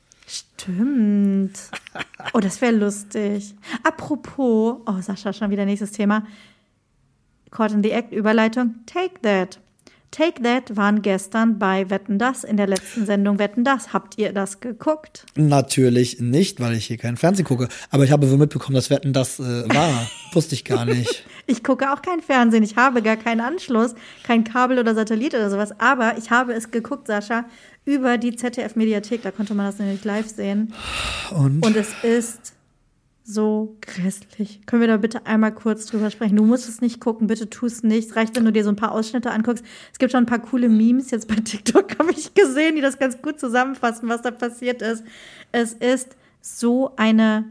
Speaker 2: Stimmt. Oh, das wäre lustig. Apropos, oh Sascha, schon wieder nächstes Thema. Caught in the Act, Überleitung, Take That. Take That waren gestern bei Wetten, dass in der letzten Sendung Wetten, dass. Habt ihr das geguckt?
Speaker 1: Natürlich nicht, weil ich hier keinen Fernsehen gucke. Aber ich habe wohl mitbekommen, dass Wetten, dass äh, war. Wusste ich gar nicht.
Speaker 2: Ich gucke auch kein Fernsehen. Ich habe gar keinen Anschluss, kein Kabel oder Satellit oder sowas. Aber ich habe es geguckt, Sascha, über die Z D F-Mediathek. Da konnte man das nämlich live sehen.
Speaker 1: Und?
Speaker 2: Und es ist so grässlich. Können wir da bitte einmal kurz drüber sprechen? Du musst es nicht gucken, bitte tu es nicht. Es reicht, wenn du dir so ein paar Ausschnitte anguckst. Es gibt schon ein paar coole Memes jetzt bei TikTok, habe ich gesehen, die das ganz gut zusammenfassen, was da passiert ist. Es ist so eine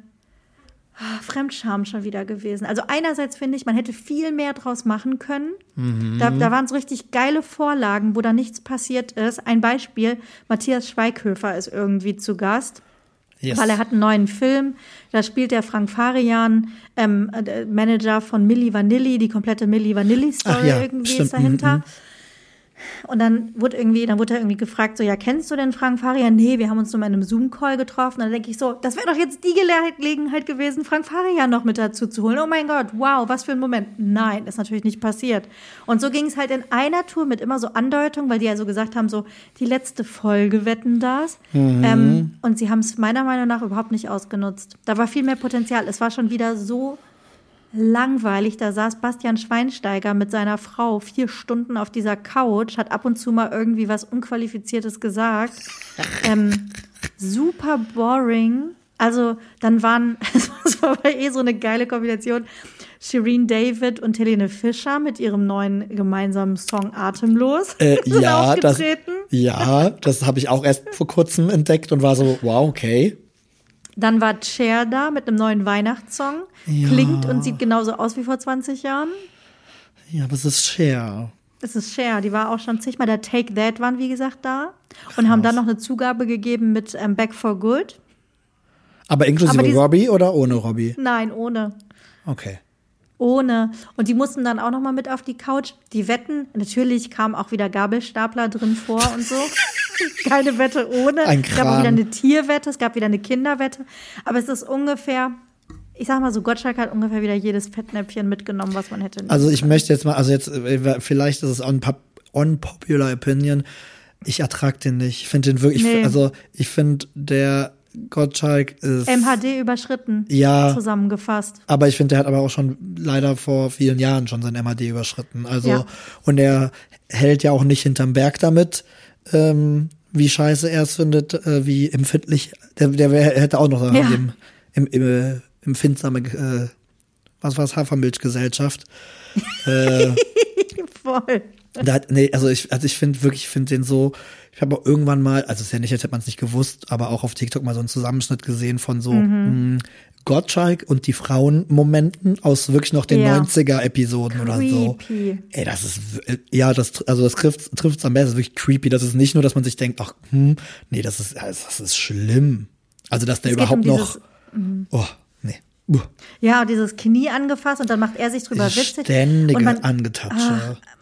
Speaker 2: Fremdscham schon wieder gewesen. Also einerseits finde ich, man hätte viel mehr draus machen können. Mhm. Da, da waren so richtig geile Vorlagen, wo da nichts passiert ist. Ein Beispiel, Matthias Schweighöfer ist irgendwie zu Gast. Yes. Weil er hat einen neuen Film, da spielt der Frank Farian, ähm, Manager von Milli Vanilli, die komplette Milli Vanilli-Story
Speaker 1: ja,
Speaker 2: irgendwie
Speaker 1: stimmt.
Speaker 2: ist dahinter.
Speaker 1: Mhm.
Speaker 2: Und dann wurde irgendwie, dann wurde er irgendwie gefragt, so, ja, kennst du denn Frank Farian? Nee, wir haben uns nur mal in einem Zoom-Call getroffen. Und dann denke ich so, das wäre doch jetzt die Gelegenheit gewesen, Frank Farian noch mit dazu zu holen. Oh mein Gott, wow, was für ein Moment. Nein, ist natürlich nicht passiert. Und so ging es halt in einer Tour mit immer so Andeutungen, weil die ja so gesagt haben, so, die letzte Folge Wetten, dass. Mhm. Ähm, und sie haben es meiner Meinung nach überhaupt nicht ausgenutzt. Da war viel mehr Potenzial. Es war schon wieder so langweilig. Da saß Bastian Schweinsteiger mit seiner Frau vier Stunden auf dieser Couch, hat ab und zu mal irgendwie was Unqualifiziertes gesagt. Ähm, super boring. Also dann waren, es war eh so eine geile Kombination, Shireen David und Helene Fischer mit ihrem neuen gemeinsamen Song Atemlos.
Speaker 1: Äh, ja, das, ja, das habe ich auch erst vor kurzem entdeckt und war so, wow, okay.
Speaker 2: Dann war Cher da mit einem neuen Weihnachtssong. Ja. Klingt und sieht genauso aus wie vor zwanzig Jahren.
Speaker 1: Ja, aber es ist Cher.
Speaker 2: Es ist Cher, die war auch schon zigmal. Der Take That waren, wie gesagt, da. Krass. Und haben dann noch eine Zugabe gegeben mit ähm, Back for Good.
Speaker 1: Aber inklusive aber Robbie oder ohne Robbie?
Speaker 2: Nein, ohne.
Speaker 1: Okay.
Speaker 2: Ohne. Und die mussten dann auch noch mal mit auf die Couch. Die Wetten, natürlich kam auch wieder Gabelstapler drin vor und so. Keine Wette ohne.
Speaker 1: Ein Kram.
Speaker 2: Es gab auch wieder eine Tierwette, es gab wieder eine Kinderwette. Aber es ist ungefähr, ich sag mal so, Gottschalk hat ungefähr wieder jedes Fettnäpfchen mitgenommen, was man hätte.
Speaker 1: Also ich möchte jetzt mal, also jetzt, vielleicht ist es unpopular opinion, ich ertrag den nicht. Ich finde den wirklich, nee. also ich finde, der Gottschalk ist
Speaker 2: M H D überschritten,
Speaker 1: ja,
Speaker 2: zusammengefasst.
Speaker 1: Aber ich finde, der hat aber auch schon leider vor vielen Jahren schon sein M H D überschritten. Also, ja. Und er hält ja auch nicht hinterm Berg damit, ähm, wie scheiße er es findet, äh, wie empfindlich. Der, der wär, hätte auch noch ja. im, im, im, äh, empfindsame, äh, was war's, Hafermilchgesellschaft. äh,
Speaker 2: Voll.
Speaker 1: Da hat, nee, also ich, also ich finde wirklich, ich finde den so, ich habe auch irgendwann mal, also es ist ja nicht, als hätte man es nicht gewusst, aber auch auf TikTok mal so einen Zusammenschnitt gesehen von so mhm. mh, Gottschalk und die Frauen-Momenten aus wirklich noch den ja. neunziger-Episoden oder so. Ey, das ist, ja, das, also das trifft trifft's am besten, das ist wirklich creepy. Das ist nicht nur, dass man sich denkt, ach, hm, nee, das ist, das ist schlimm. Also, dass der es überhaupt um noch, dieses, oh, nee. Uh.
Speaker 2: Ja, dieses Knie angefasst und dann macht er sich drüber witzig.
Speaker 1: Ständige
Speaker 2: und man,
Speaker 1: Angetatsche.
Speaker 2: Ah,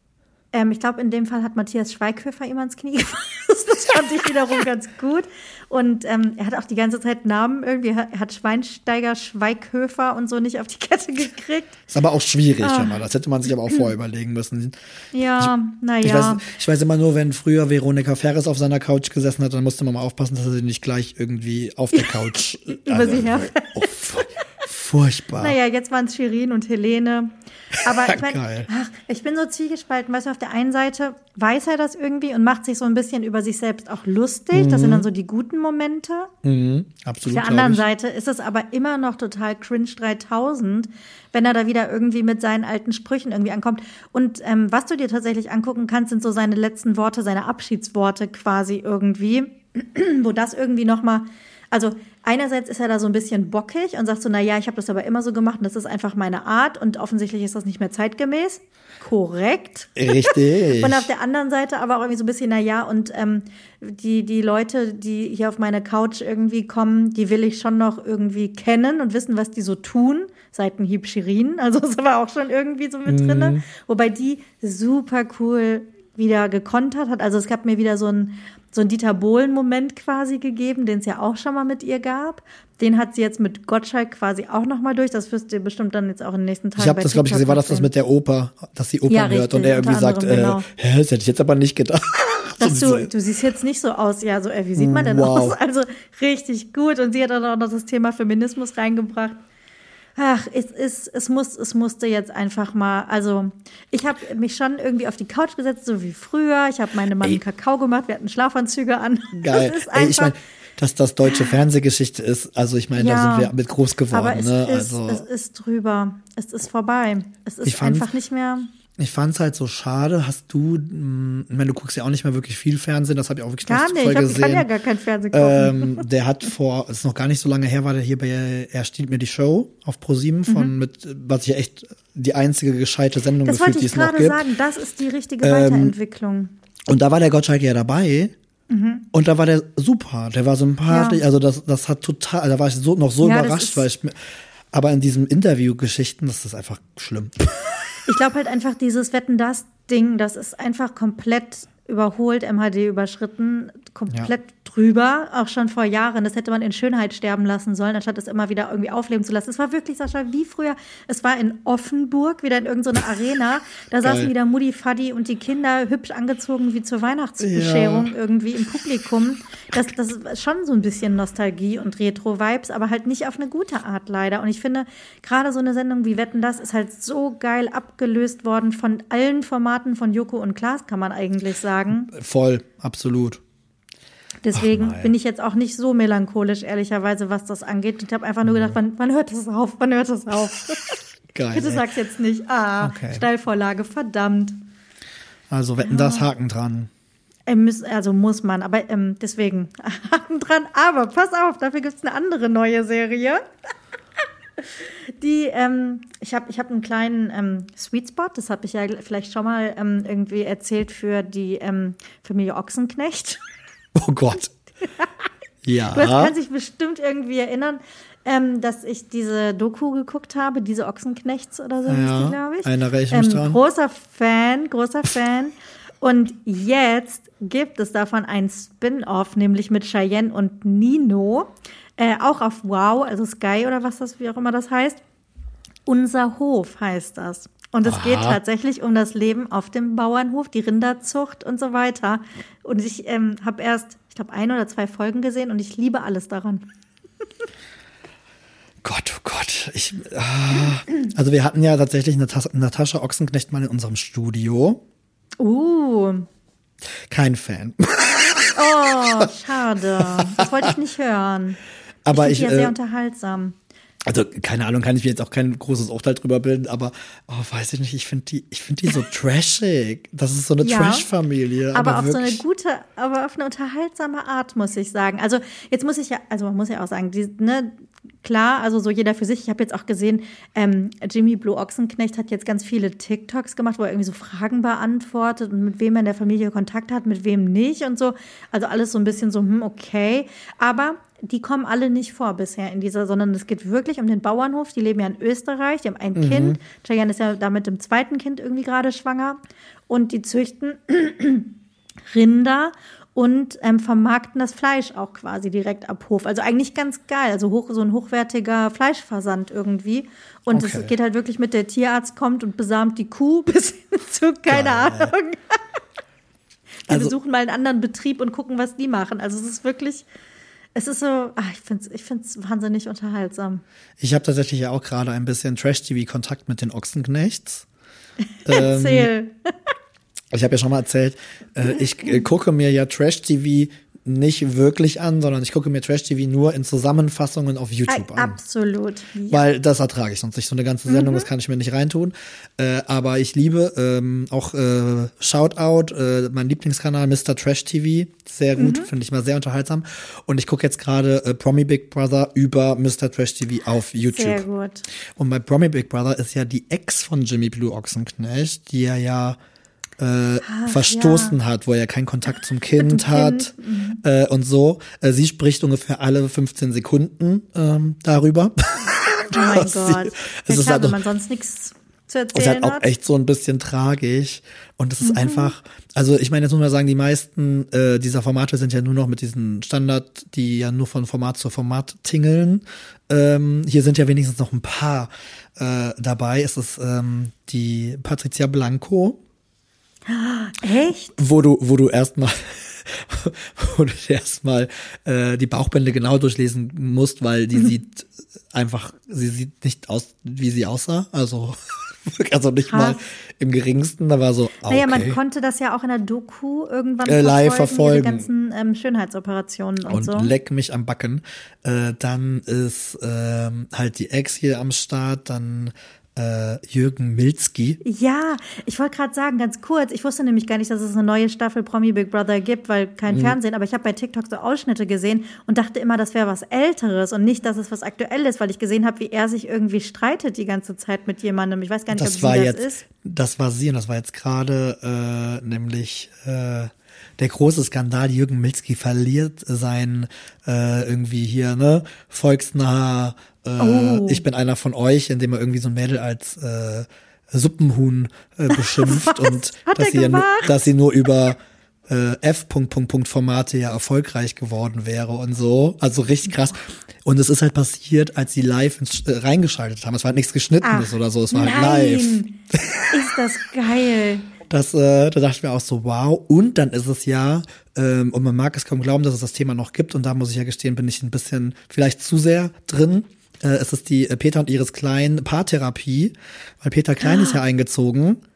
Speaker 2: Ähm, ich glaube, in dem Fall hat Matthias Schweighöfer ihm ans Knie gefasst. Das fand ich wiederum ganz gut. Und ähm, er hat auch die ganze Zeit Namen irgendwie. Er hat Schweinsteiger, Schweighöfer und so nicht auf die Kette gekriegt.
Speaker 1: Ist aber auch schwierig, ah. mal. Das hätte man sich aber auch vorher überlegen müssen.
Speaker 2: Ja, naja.
Speaker 1: Ich weiß, ich weiß immer nur, wenn früher Veronika Ferres auf seiner Couch gesessen hat, dann musste man mal aufpassen, dass er sie nicht gleich irgendwie auf der Couch
Speaker 2: über also, sie her.
Speaker 1: Oh, furchtbar.
Speaker 2: Naja, jetzt waren es Shirin und Helene. Aber ich meine, ich bin so zwiegespalten. Weißt du, auf der einen Seite weiß er das irgendwie und macht sich so ein bisschen über sich selbst auch lustig. Mhm. Das sind dann so die guten Momente.
Speaker 1: Mhm, absolut.
Speaker 2: Auf der anderen Seite ist es aber immer noch total cringe dreitausend, wenn er da wieder irgendwie mit seinen alten Sprüchen irgendwie ankommt. Und ähm, was du dir tatsächlich angucken kannst, sind so seine letzten Worte, seine Abschiedsworte quasi irgendwie, wo das irgendwie noch mal, also einerseits ist er da so ein bisschen bockig und sagt so, na ja, ich habe das aber immer so gemacht und das ist einfach meine Art und offensichtlich ist das nicht mehr zeitgemäß. Korrekt.
Speaker 1: Richtig.
Speaker 2: Und auf der anderen Seite aber auch irgendwie so ein bisschen, na ja, und ähm, die, die Leute, die hier auf meine Couch irgendwie kommen, die will ich schon noch irgendwie kennen und wissen, was die so tun. Seitenhieb Shirin, also ist aber auch schon irgendwie so mit drinne. Mm. Wobei die super cool wieder gekontert hat. Also es gab mir wieder so ein so ein Dieter Bohlen-Moment quasi gegeben, den es ja auch schon mal mit ihr gab. Den hat sie jetzt mit Gottschalk quasi auch noch mal durch. Das wirst ihr bestimmt dann jetzt auch in den nächsten Tagen.
Speaker 1: Ich habe das, glaube ich, gesehen, war das das mit der Oper, dass sie Opern ja, richtig, hört und er irgendwie sagt, äh, genau. hä, das hätte ich jetzt aber nicht gedacht.
Speaker 2: Dass du, du siehst jetzt nicht so aus, ja, so, äh, wie sieht man denn wow. aus? Also richtig gut. Und sie hat dann auch noch das Thema Feminismus reingebracht. Ach, es ist, es muss, es musste jetzt einfach mal, also ich habe mich schon irgendwie auf die Couch gesetzt, so wie früher. Ich habe meine Mann Kakao gemacht, wir hatten Schlafanzüge an.
Speaker 1: Geil. Das ist einfach, Ey, ich meine, dass das deutsche Fernsehgeschichte ist, also ich meine, ja, da sind wir mit groß geworden.
Speaker 2: Aber es,
Speaker 1: ne?
Speaker 2: ist,
Speaker 1: also,
Speaker 2: es ist drüber, es ist vorbei. Es ist
Speaker 1: fand,
Speaker 2: einfach nicht mehr.
Speaker 1: Ich fand es halt so schade. Hast du, mh, ich meine, du guckst ja auch nicht mehr wirklich viel Fernsehen, das habe ich auch wirklich
Speaker 2: gar
Speaker 1: nicht
Speaker 2: voll
Speaker 1: gesehen.
Speaker 2: Ich kann ja gar kein Fernsehen gucken.
Speaker 1: Ähm, der hat vor, es ist noch gar nicht so lange her, war der hier bei Er stiehlt mir die Show auf ProSieben von, mhm. mit, was ja echt die einzige gescheite Sendung
Speaker 2: das
Speaker 1: gefühlt, die es noch gibt.
Speaker 2: Das wollte ich gerade sagen, das ist die richtige ähm, Weiterentwicklung.
Speaker 1: Und da war der Gottschalk ja dabei. Mhm. Und da war der super, der war sympathisch, ja. also das, das hat total, da war ich so, noch so ja, überrascht, weil ich, aber in diesem Interview-Geschichten, das ist einfach schlimm.
Speaker 2: Ich glaube halt einfach, dieses Wetten-das-Ding, das ist einfach komplett überholt, M H D überschritten, komplett ja. drüber, auch schon vor Jahren. Das hätte man in Schönheit sterben lassen sollen, anstatt es immer wieder irgendwie aufleben zu lassen. Es war wirklich, Sascha, wie früher. Es war in Offenburg, wieder in irgendeiner Arena. Da Geil. saßen wieder Mutti, Fadi und die Kinder hübsch angezogen wie zur Weihnachtsbescherung ja. irgendwie im Publikum. Das, das ist schon so ein bisschen Nostalgie und Retro-Vibes, aber halt nicht auf eine gute Art leider. Und ich finde, gerade so eine Sendung wie Wetten, das ist halt so geil abgelöst worden von allen Formaten von Joko und Klaas, kann man eigentlich sagen.
Speaker 1: Voll, absolut.
Speaker 2: Deswegen bin ich jetzt auch nicht so melancholisch, ehrlicherweise, was das angeht. Ich habe einfach nur gedacht, wann, wann hört das auf? Wann hört das auf?
Speaker 1: Geil.
Speaker 2: Bitte sag's jetzt nicht. Ah, okay. Steilvorlage, verdammt.
Speaker 1: Also Wetten, ja. das Haken dran.
Speaker 2: Also muss man, aber ähm, deswegen Haken dran. Aber pass auf, dafür gibt es eine andere neue Serie. Die, ähm, ich habe ich hab einen kleinen ähm, Sweet Spot, das habe ich ja vielleicht schon mal ähm, irgendwie erzählt für die ähm, Familie Ochsenknecht.
Speaker 1: Oh Gott. Ja.
Speaker 2: Du kannst dich bestimmt irgendwie erinnern, ähm, dass ich diese Doku geguckt habe, diese Ochsenknechts oder so,
Speaker 1: ja,
Speaker 2: die, glaube ich.
Speaker 1: Erinnere ich mich
Speaker 2: ähm,
Speaker 1: dran.
Speaker 2: Großer Fan, großer Fan. Und jetzt gibt es davon ein Spin-off, nämlich mit Cheyenne und Nino. Äh, auch auf Wow, also Sky oder was das, wie auch immer das heißt. Unser Hof heißt das. Und es Aha. geht tatsächlich um das Leben auf dem Bauernhof, die Rinderzucht und so weiter. Und ich ähm, habe erst, ich glaube, ein oder zwei Folgen gesehen und ich liebe alles daran.
Speaker 1: Gott, oh Gott. Ich, ah. Also wir hatten ja tatsächlich Natas- Natascha Ochsenknecht mal in unserem Studio.
Speaker 2: Uh.
Speaker 1: Kein Fan.
Speaker 2: Oh, schade. Das wollte ich nicht hören.
Speaker 1: Aber
Speaker 2: ich
Speaker 1: finde
Speaker 2: die ja
Speaker 1: äh,
Speaker 2: sehr unterhaltsam.
Speaker 1: Also, keine Ahnung, kann ich mir jetzt auch kein großes Urteil drüber bilden, aber, oh, weiß ich nicht, ich finde die, ich finde die so trashig. Das ist so eine
Speaker 2: ja,
Speaker 1: Trash-Familie.
Speaker 2: Aber, aber auf
Speaker 1: wirklich.
Speaker 2: so eine gute, aber auf eine unterhaltsame Art, muss ich sagen. Also, jetzt muss ich ja, also man muss ja auch sagen, die, ne, klar, also so jeder für sich. Ich habe jetzt auch gesehen, ähm, Jimmy Blue Ochsenknecht hat jetzt ganz viele TikToks gemacht, wo er irgendwie so Fragen beantwortet und mit wem er in der Familie Kontakt hat, mit wem nicht und so. Also alles so ein bisschen so, hm, okay. Aber die kommen alle nicht vor bisher in dieser, sondern es geht wirklich um den Bauernhof. Die leben ja in Österreich, die haben ein mhm. Kind. Cheyenne ist ja da mit dem zweiten Kind irgendwie gerade schwanger. Und die züchten Rinder und ähm, vermarkten das Fleisch auch quasi direkt ab Hof. Also eigentlich ganz geil, also hoch, so ein hochwertiger Fleischversand irgendwie. Und es okay. geht halt wirklich mit, der Tierarzt kommt und besamt die Kuh bis hin zu, keine geil. Ahnung. Wir also, besuchen mal einen anderen Betrieb und gucken, was die machen. Also es ist wirklich... Es ist so, ach, ich finde es ich find's wahnsinnig unterhaltsam.
Speaker 1: Ich habe tatsächlich ja auch gerade ein bisschen Trash-T V-Kontakt mit den Ochsenknechts.
Speaker 2: Erzähl.
Speaker 1: Ähm, ich habe ja schon mal erzählt, äh, ich äh, gucke mir ja Trash-T V nicht wirklich an, sondern ich gucke mir Trash-T V nur in Zusammenfassungen auf YouTube an.
Speaker 2: Absolut. Ja.
Speaker 1: Weil das ertrage ich sonst nicht. So eine ganze Sendung, mhm. das kann ich mir nicht reintun. Äh, aber ich liebe ähm, auch äh, Shoutout, äh, mein Lieblingskanal Mister Trash T V. Sehr gut, mhm. finde ich mal sehr unterhaltsam. Und ich gucke jetzt gerade äh, Promi Big Brother über Mister Trash T V auf YouTube.
Speaker 2: Sehr gut.
Speaker 1: Und bei Promi Big Brother ist ja die Ex von Jimmy Blue Ochsenknecht, die er ja Äh, ah, verstoßen ja. hat, wo er keinen Kontakt zum Kind hat kind. Mhm. Äh, und so. Äh, sie spricht ungefähr alle fünfzehn Sekunden ähm, darüber.
Speaker 2: Oh mein Gott. Sie,
Speaker 1: ja,
Speaker 2: es ist
Speaker 1: klar,
Speaker 2: halt, wenn man sonst nichts zu erzählen
Speaker 1: hat. Es ist halt auch
Speaker 2: hat.
Speaker 1: echt so ein bisschen tragisch. Und es ist
Speaker 2: mhm.
Speaker 1: einfach, also ich meine, jetzt muss man sagen, die meisten äh, dieser Formate sind ja nur noch mit diesen Standard, die ja nur von Format zu Format tingeln. Ähm, hier sind ja wenigstens noch ein paar äh, dabei. Es ist ähm, die Patricia Blanco.
Speaker 2: Echt?
Speaker 1: Wo du, wo du erstmal, wo du erstmal äh, die Bauchbinde genau durchlesen musst, weil die mhm. sieht einfach, sie sieht nicht aus, wie sie aussah. Also, also nicht Krass. Mal im geringsten. Da war so, okay.
Speaker 2: Naja, man konnte das ja auch in der Doku irgendwann
Speaker 1: äh, live verfolgen.
Speaker 2: Diese ganzen ähm, Schönheitsoperationen und, und so.
Speaker 1: Und leck mich am Backen. Äh, dann ist ähm, halt die Ex hier am Start, dann Jürgen Milzki.
Speaker 2: Ja, ich wollte gerade sagen, ganz kurz, ich wusste nämlich gar nicht, dass es eine neue Staffel Promi Big Brother gibt, weil kein mhm. Fernsehen, aber ich habe bei TikTok so Ausschnitte gesehen und dachte immer, das wäre was Älteres und nicht, dass es was Aktuelles, weil ich gesehen habe, wie er sich irgendwie streitet die ganze Zeit mit jemandem. Ich weiß gar nicht,
Speaker 1: das
Speaker 2: ob
Speaker 1: war
Speaker 2: sie
Speaker 1: jetzt,
Speaker 2: das ist.
Speaker 1: Das war sie und das war jetzt gerade äh, nämlich äh, der große Skandal. Jürgen Milzki verliert sein äh, irgendwie hier, ne, volksnah äh, oh. Ich bin einer von euch, indem er irgendwie so ein Mädel als äh, Suppenhuhn äh, beschimpft und
Speaker 2: Hat
Speaker 1: dass
Speaker 2: er
Speaker 1: sie, ja nur,
Speaker 2: gemacht?
Speaker 1: dass sie nur über äh, F. Formate ja erfolgreich geworden wäre und so. Also richtig krass. Und es ist halt passiert, als sie live ins, äh, reingeschaltet haben. Es war halt nichts Geschnittenes Ach, oder so, es war
Speaker 2: nein.
Speaker 1: halt live.
Speaker 2: Ist das geil.
Speaker 1: Das, äh, da dachte ich mir auch so, wow. Und dann ist es ja, ähm, und man mag es kaum glauben, dass es das Thema noch gibt. Und da muss ich ja gestehen, bin ich ein bisschen vielleicht zu sehr drin. Äh, es ist die äh, Peter und Iris Klein Paartherapie, weil Peter Klein ah. ist ja eingezogen.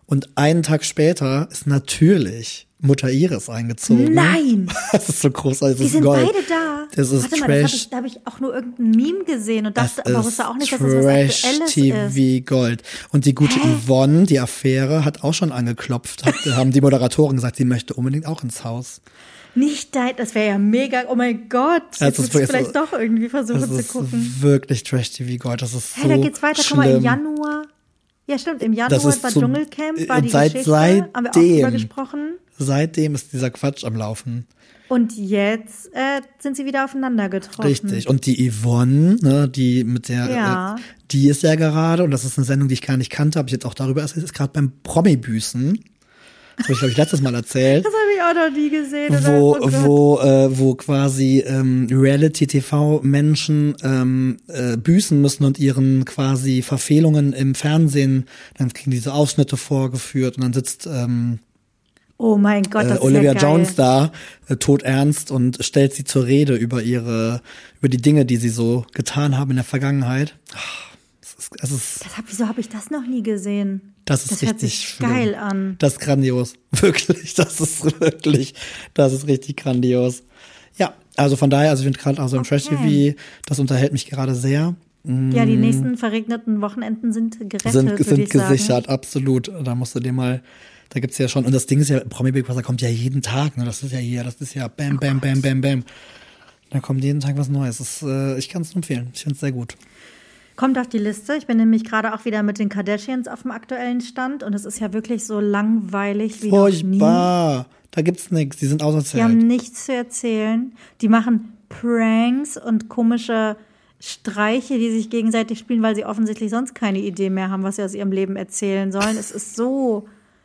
Speaker 1: Und einen Tag später ist natürlich Mutter Iris eingezogen.
Speaker 2: Nein!
Speaker 1: Das ist so großartig.
Speaker 2: Die sind Gold. beide da.
Speaker 1: Das ist
Speaker 2: Warte mal,
Speaker 1: Trash.
Speaker 2: Das hab ich, da habe ich auch nur irgendein Meme gesehen und dachte, aber wusste auch nicht, dass das was Aktuelles
Speaker 1: T V
Speaker 2: ist.
Speaker 1: Gold. Und die gute
Speaker 2: Hä?
Speaker 1: Yvonne, die Affäre, hat auch schon angeklopft. Hat, haben die Moderatoren gesagt, sie möchte unbedingt auch ins Haus.
Speaker 2: Nicht dein, das wäre ja mega, oh mein Gott. Jetzt
Speaker 1: also
Speaker 2: muss ich vielleicht doch irgendwie versuchen zu gucken.
Speaker 1: Das ist wirklich Trash-T V Gold. Das ist
Speaker 2: Hä,
Speaker 1: so
Speaker 2: da geht's weiter.
Speaker 1: schlimm.
Speaker 2: Guck mal, im Januar. Ja, stimmt, im Januar war
Speaker 1: so,
Speaker 2: Dschungelcamp, war die
Speaker 1: seit,
Speaker 2: Geschichte.
Speaker 1: Seitdem,
Speaker 2: haben wir auch drüber gesprochen.
Speaker 1: Seitdem ist dieser Quatsch am Laufen.
Speaker 2: Und jetzt äh, sind sie wieder aufeinander getroffen.
Speaker 1: Richtig. Und die Yvonne, ne, die mit der,
Speaker 2: ja.
Speaker 1: äh, die ist ja gerade, und das ist eine Sendung, die ich gar nicht kannte, habe ich jetzt auch darüber erzählt, ist gerade beim Promi-Büßen. Das habe ich, glaube ich, letztes Mal erzählt.
Speaker 2: Das habe ich auch noch nie gesehen.
Speaker 1: Wo,
Speaker 2: oh
Speaker 1: wo, äh, wo quasi ähm, Reality-T V-Menschen ähm, äh, büßen müssen und ihren quasi Verfehlungen im Fernsehen, dann kriegen diese Ausschnitte vorgeführt und dann sitzt ähm,
Speaker 2: oh mein Gott, das
Speaker 1: äh,
Speaker 2: ist
Speaker 1: Olivia
Speaker 2: ja geil.
Speaker 1: Jones da, äh, todernst, und stellt sie zur Rede über ihre, über die Dinge, die sie so getan haben in der Vergangenheit. Es ist, es ist,
Speaker 2: das hab, wieso habe ich das noch nie gesehen?
Speaker 1: Das ist
Speaker 2: das
Speaker 1: richtig
Speaker 2: hört sich
Speaker 1: schlimm.
Speaker 2: geil an.
Speaker 1: Das ist grandios. Wirklich, das ist wirklich, das ist richtig grandios. Ja, also von daher, also ich bin gerade auch so im
Speaker 2: Okay.
Speaker 1: Trash-T V, das unterhält mich gerade sehr.
Speaker 2: Ja, die nächsten verregneten Wochenenden sind gerettet,
Speaker 1: Sind,
Speaker 2: würde
Speaker 1: sind
Speaker 2: ich sagen.
Speaker 1: gesichert, absolut. Da musst du dir mal, da gibt's ja schon, und das Ding ist ja, Promi Big Brother kommt ja jeden Tag, ne? Das ist ja hier, das ist ja bam, bam, bam, bam, bam. Da kommt jeden Tag was Neues. Das ist, äh, ich kann es nur empfehlen. Ich finde es sehr gut.
Speaker 2: Kommt auf die Liste. Ich bin nämlich gerade auch wieder mit den Kardashians auf dem aktuellen Stand und es ist ja wirklich so langweilig wie noch nie.
Speaker 1: Furchtbar. Da gibt's nichts. Die sind
Speaker 2: Die
Speaker 1: auserzählt.
Speaker 2: haben nichts zu erzählen. Die machen Pranks und komische Streiche, die sich gegenseitig spielen, weil sie offensichtlich sonst keine Idee mehr haben, was sie aus ihrem Leben erzählen sollen. Es ist so,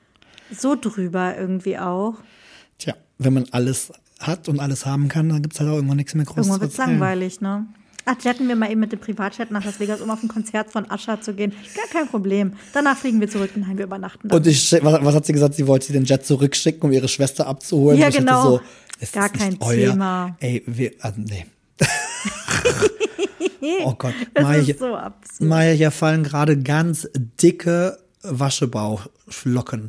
Speaker 2: so drüber irgendwie auch.
Speaker 1: Tja, wenn man alles hat und alles haben kann, dann gibt's halt auch irgendwann nichts mehr groß
Speaker 2: Irgendwann
Speaker 1: zu
Speaker 2: wird's
Speaker 1: erzählen.
Speaker 2: langweilig, ne? Ach, chatten wir mal eben mit dem Privatchat nach Las Vegas, um auf ein Konzert von Usher zu gehen. Gar kein Problem. Danach fliegen wir zurück, nein, wir übernachten dann.
Speaker 1: Und ich, was, was hat sie gesagt? Sie wollte den Jet zurückschicken, um ihre Schwester abzuholen.
Speaker 2: Ja,
Speaker 1: Und ich
Speaker 2: genau.
Speaker 1: dachte so, ist
Speaker 2: Gar
Speaker 1: das
Speaker 2: kein
Speaker 1: nicht euer?
Speaker 2: Thema.
Speaker 1: Ey, wir, also, nee. Oh Gott.
Speaker 2: Das
Speaker 1: Maya,
Speaker 2: ist so absurd.
Speaker 1: Maya, hier fallen gerade ganz dicke Waschebauchflocken.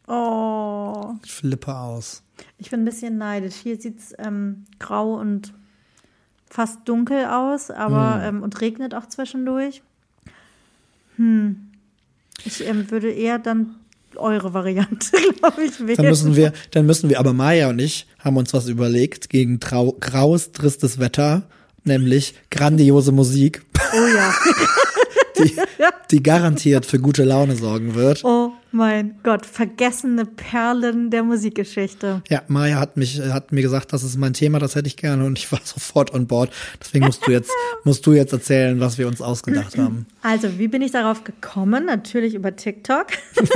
Speaker 2: Oh.
Speaker 1: Ich flippe aus.
Speaker 2: Ich bin ein bisschen neidisch. Hier sieht's ähm, grau und fast dunkel aus, aber
Speaker 1: Hm.
Speaker 2: ähm, und regnet auch zwischendurch. Hm. Ich ähm, würde eher dann eure Variante, glaube ich, wählen.
Speaker 1: Dann müssen wir, dann müssen wir, aber Maya und ich haben uns was überlegt gegen trau, graues, tristes Wetter, nämlich grandiose Musik,
Speaker 2: Oh ja.
Speaker 1: die, die garantiert für gute Laune sorgen wird.
Speaker 2: Oh mein Gott. Vergessene Perlen der Musikgeschichte.
Speaker 1: Ja, Maya hat mich, hat mir gesagt, das ist mein Thema, das hätte ich gerne, und ich war sofort on board. Deswegen musst du jetzt, musst du jetzt erzählen, was wir uns ausgedacht haben.
Speaker 2: Also, wie bin ich darauf gekommen? Natürlich über TikTok.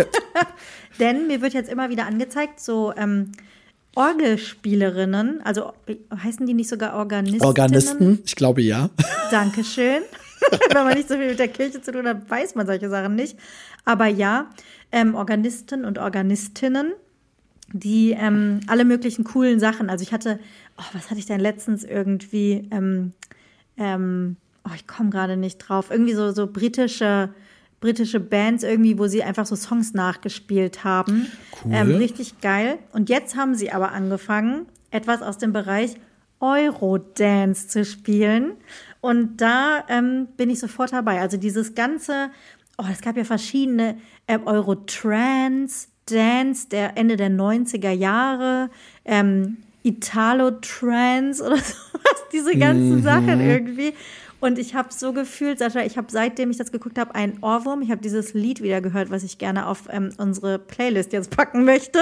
Speaker 2: Denn mir wird jetzt immer wieder angezeigt, so ähm, Orgelspielerinnen, also heißen die nicht sogar Organisten?
Speaker 1: Organisten, ich glaube ja.
Speaker 2: Dankeschön. Wenn man nicht so viel mit der Kirche zu tun hat, weiß man solche Sachen nicht. Aber ja, ähm, Organisten und Organistinnen, die ähm, alle möglichen coolen Sachen, also ich hatte, oh, was hatte ich denn letztens irgendwie, ähm, ähm, oh, ich komme gerade nicht drauf, irgendwie so, so britische, britische Bands irgendwie, wo sie einfach so Songs nachgespielt haben.
Speaker 1: Cool.
Speaker 2: Ähm, richtig geil. Und jetzt haben sie aber angefangen, etwas aus dem Bereich Eurodance zu spielen. Und da ähm, bin ich sofort dabei. Also dieses ganze, oh, es gab ja verschiedene äh, Eurotrance, Dance der Ende der neunziger Jahre, ähm, Italo-Trance oder sowas, diese ganzen
Speaker 1: Mhm.
Speaker 2: Sachen irgendwie. Und ich habe so gefühlt, Sascha, ich habe seitdem ich das geguckt habe, einen Ohrwurm. Ich habe dieses Lied wieder gehört, was ich gerne auf ähm, unsere Playlist jetzt packen möchte.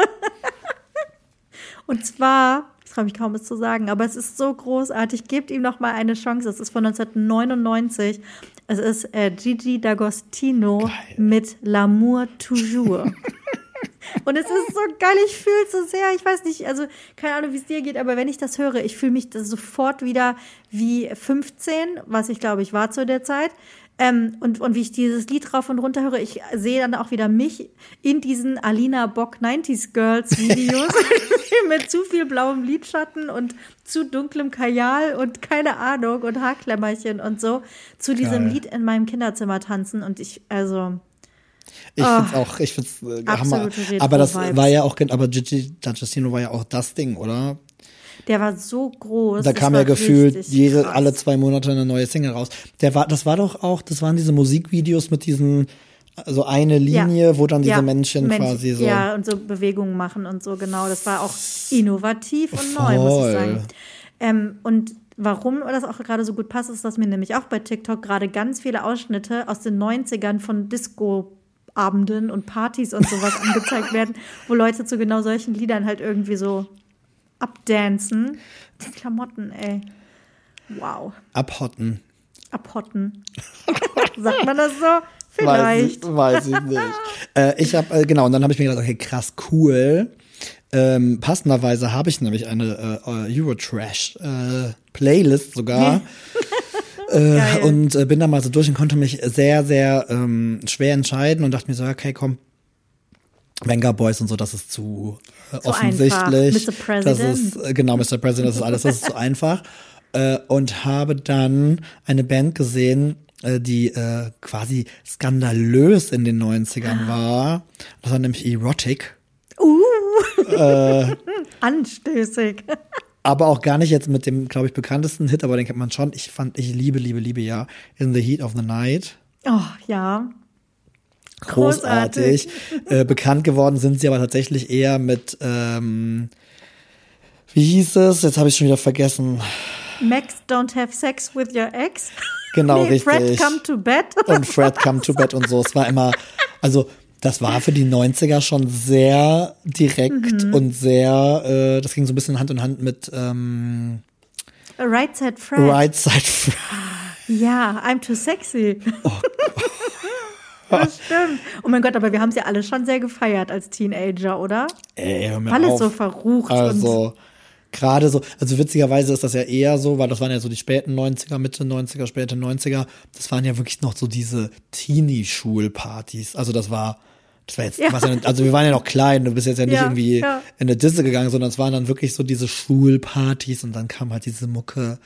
Speaker 2: Und zwar, ich traue mich kaum es zu sagen, aber es ist so großartig. Gebt ihm noch mal eine Chance. Es ist von neunzehnhundertneunundneunzig. Es ist äh, Gigi D'Agostino
Speaker 1: Geil.
Speaker 2: mit L'amour toujours. Und es ist so geil, ich fühle es so sehr. Ich weiß nicht, also keine Ahnung, wie es dir geht, aber wenn ich das höre, ich fühle mich das sofort wieder wie fünfzehn, was ich glaube, ich war zu der Zeit. Ähm, und, und wie ich dieses Lied rauf und runter höre, ich sehe dann auch wieder mich in diesen Alina Bock neunziger Girls Videos mit zu viel blauem Lidschatten und zu dunklem Kajal und keine Ahnung und Haarklemmerchen und so zu diesem
Speaker 1: Geil.
Speaker 2: Lied in meinem Kinderzimmer tanzen. Und ich, also
Speaker 1: Ich oh, find's auch, ich find's äh, Hammer. Aber das war ja auch, aber Gigi D'Agostino war ja auch das Ding, oder?
Speaker 2: Der war so groß.
Speaker 1: Da kam ja gefühlt jede, alle zwei Monate eine neue Single raus. Der war, das war doch auch, das waren diese Musikvideos mit diesen, so eine Linie, ja. wo dann diese ja. Menschen Mensch, quasi so.
Speaker 2: Ja, und so Bewegungen machen und so, genau. Das war auch innovativ und Voll. neu, muss ich sagen. Ähm, und warum das auch gerade so gut passt, ist, dass mir nämlich auch bei TikTok gerade ganz viele Ausschnitte aus den neunzigern von Disco-Abenden und Partys und sowas angezeigt werden, wo Leute zu genau solchen Liedern halt irgendwie so abdancen. Die Klamotten, ey. Wow.
Speaker 1: Abhotten.
Speaker 2: Abhotten. Sagt man das so? Vielleicht.
Speaker 1: Weiß ich, weiß ich nicht. äh, ich habe, äh, genau, und dann habe ich mir gedacht, okay, krass, cool. Ähm, passenderweise habe ich nämlich eine äh, Eurotrash-Playlist äh, sogar. äh, und äh, bin da mal so durch und konnte mich sehr, sehr ähm, schwer entscheiden und dachte mir so, okay, komm, Venga Boys und so, das ist zu äh, so offensichtlich.
Speaker 2: Mister President.
Speaker 1: Das ist, äh, genau, Mister President, das ist alles, das ist zu einfach. Äh, und habe dann eine Band gesehen, äh, die äh, quasi skandalös in den neunzigern war. Das war nämlich Erotic.
Speaker 2: Uh,
Speaker 1: äh,
Speaker 2: anstößig.
Speaker 1: Aber auch gar nicht jetzt mit dem, glaube ich, bekanntesten Hit, aber den kennt man schon. Ich fand, ich liebe, liebe, liebe, ja, In the Heat of the Night.
Speaker 2: Oh, ja.
Speaker 1: Großartig. äh, bekannt geworden sind sie aber tatsächlich eher mit, ähm, wie hieß es? Jetzt habe ich schon wieder vergessen.
Speaker 2: Max, don't have sex with your ex.
Speaker 1: Genau, nee, richtig.
Speaker 2: Fred, come to bed.
Speaker 1: Und Fred, come to bed und so. Es war immer, also das war für die neunziger schon sehr direkt mhm. und sehr, äh, das ging so ein bisschen Hand in Hand mit ähm,
Speaker 2: Right Side Fred.
Speaker 1: Right Side Fred.
Speaker 2: Ja, I'm too sexy. Oh das stimmt. Oh mein Gott, aber wir haben es ja alle schon sehr gefeiert als Teenager, oder?
Speaker 1: Ey, hör mir
Speaker 2: Alles
Speaker 1: auf.
Speaker 2: so verrucht.
Speaker 1: Also gerade so, also witzigerweise ist das ja eher so, weil das waren ja so die späten neunziger, Mitte neunziger, späte neunziger, das waren ja wirklich noch so diese Teenie-Schulpartys. Also das war, das war jetzt, ja. was ja, also wir waren ja noch klein, du bist jetzt ja nicht ja, irgendwie ja. in eine Disse gegangen, sondern es waren dann wirklich so diese Schulpartys und dann kam halt diese Mucke.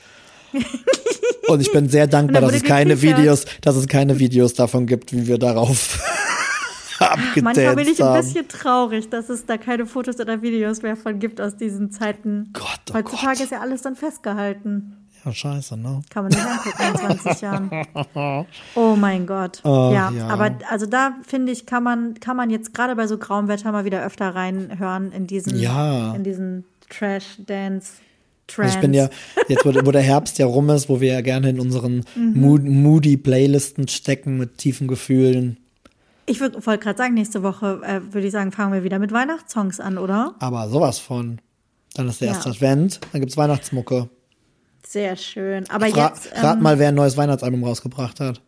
Speaker 1: Und ich bin sehr dankbar, dass es keine Videos, dass es keine Videos davon gibt, wie wir darauf abgedanced
Speaker 2: Manchmal bin ich ein
Speaker 1: haben.
Speaker 2: bisschen traurig, dass es da keine Fotos oder Videos mehr von gibt aus diesen Zeiten.
Speaker 1: Gott, oh
Speaker 2: Heutzutage
Speaker 1: Gott.
Speaker 2: ist ja alles dann festgehalten.
Speaker 1: Ja, scheiße, ne?
Speaker 2: Kann man nicht angucken in zwanzig Jahren. Oh mein Gott.
Speaker 1: Oh,
Speaker 2: ja,
Speaker 1: ja,
Speaker 2: aber also da finde ich, kann man, kann man jetzt gerade bei so grauem Wetter mal wieder öfter reinhören in diesen,
Speaker 1: ja.
Speaker 2: in diesen Trash-Dance.
Speaker 1: Also ich bin ja, jetzt wo, wo der Herbst ja rum ist, wo wir ja gerne in unseren mhm. mood, moody Playlisten stecken mit tiefen Gefühlen.
Speaker 2: Ich wollte gerade sagen, nächste Woche äh, würde ich sagen, fangen wir wieder mit Weihnachtssongs an, oder?
Speaker 1: Aber sowas von. Dann ist der
Speaker 2: ja.
Speaker 1: erste Advent, dann gibt's Weihnachtsmucke.
Speaker 2: Sehr schön. Aber
Speaker 1: Fra-
Speaker 2: jetzt.
Speaker 1: Ähm, rat mal, wer ein neues Weihnachtsalbum rausgebracht hat.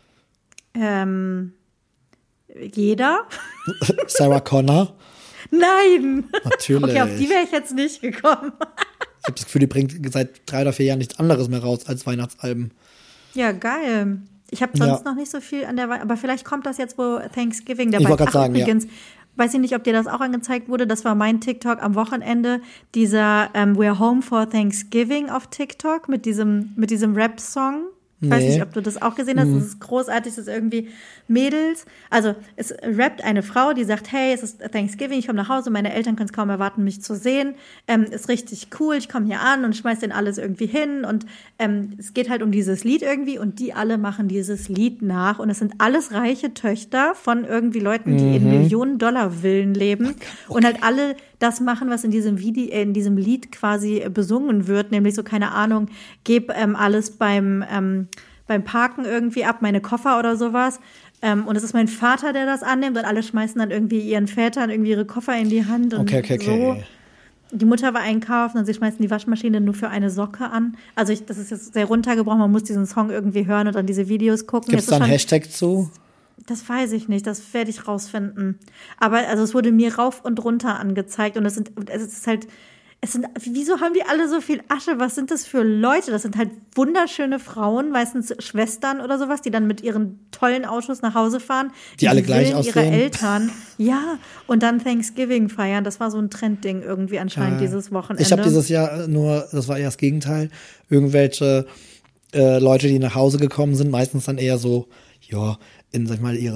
Speaker 2: Ähm, jeder?
Speaker 1: Sarah Connor.
Speaker 2: Nein!
Speaker 1: Natürlich.
Speaker 2: Okay, auf die wäre ich jetzt nicht gekommen.
Speaker 1: Ich habe das Gefühl, die bringt seit drei oder vier Jahren nichts anderes mehr raus als Weihnachtsalben.
Speaker 2: Ja, geil. Ich habe sonst ja. noch nicht so viel an der Weihnacht, aber vielleicht kommt das jetzt, wo Thanksgiving dabei ist.
Speaker 1: Ich wollte gerade sagen,
Speaker 2: übrigens,
Speaker 1: ja.
Speaker 2: Weiß ich nicht, ob dir das auch angezeigt wurde, das war mein TikTok am Wochenende, dieser ähm, We're Home for Thanksgiving auf TikTok mit diesem, mit diesem Rap-Song. Ich nee. weiß nicht, ob du das auch gesehen hast. Mhm. Das ist großartig, das ist irgendwie Mädels. Also es rappt eine Frau, die sagt, hey, es ist Thanksgiving, ich komme nach Hause, meine Eltern können es kaum erwarten, mich zu sehen. Ähm, ist richtig cool, ich komme hier an und schmeiß denen alles irgendwie hin. Und ähm, es geht halt um dieses Lied irgendwie und die alle machen dieses Lied nach. Und es sind alles reiche Töchter von irgendwie Leuten, die mhm. in Millionen-Dollar-Villen leben. Okay. Und halt alle das machen, was in diesem Video, äh, in diesem Lied quasi besungen wird, nämlich so, keine Ahnung, geb ähm, alles beim ähm, beim Parken irgendwie ab, meine Koffer oder sowas. Ähm, und es ist mein Vater, der das annimmt und alle schmeißen dann irgendwie ihren Vätern irgendwie ihre Koffer in die Hand und
Speaker 1: okay, okay,
Speaker 2: so.
Speaker 1: Okay.
Speaker 2: Die Mutter war einkaufen und sie schmeißen die Waschmaschine nur für eine Socke an. Also ich, das ist jetzt sehr runtergebrochen, man muss diesen Song irgendwie hören und dann diese Videos gucken.
Speaker 1: Gibt es da einen Hashtag zu?
Speaker 2: Das weiß ich nicht, das werde ich rausfinden. Aber also es wurde mir rauf und runter angezeigt und es sind, es ist halt, es sind, wieso haben die alle so viel Asche? Was sind das für Leute? Das sind halt wunderschöne Frauen, meistens Schwestern oder sowas, die dann mit ihren tollen Autos nach Hause fahren.
Speaker 1: Die, die alle gleich aussehen.
Speaker 2: Ihre Eltern. Ja, und dann Thanksgiving feiern. Das war so ein Trendding irgendwie anscheinend äh, dieses Wochenende.
Speaker 1: Ich habe dieses Jahr nur, das war eher das Gegenteil, irgendwelche äh, Leute, die nach Hause gekommen sind, meistens dann eher so, ja, in, sag ich mal, ihre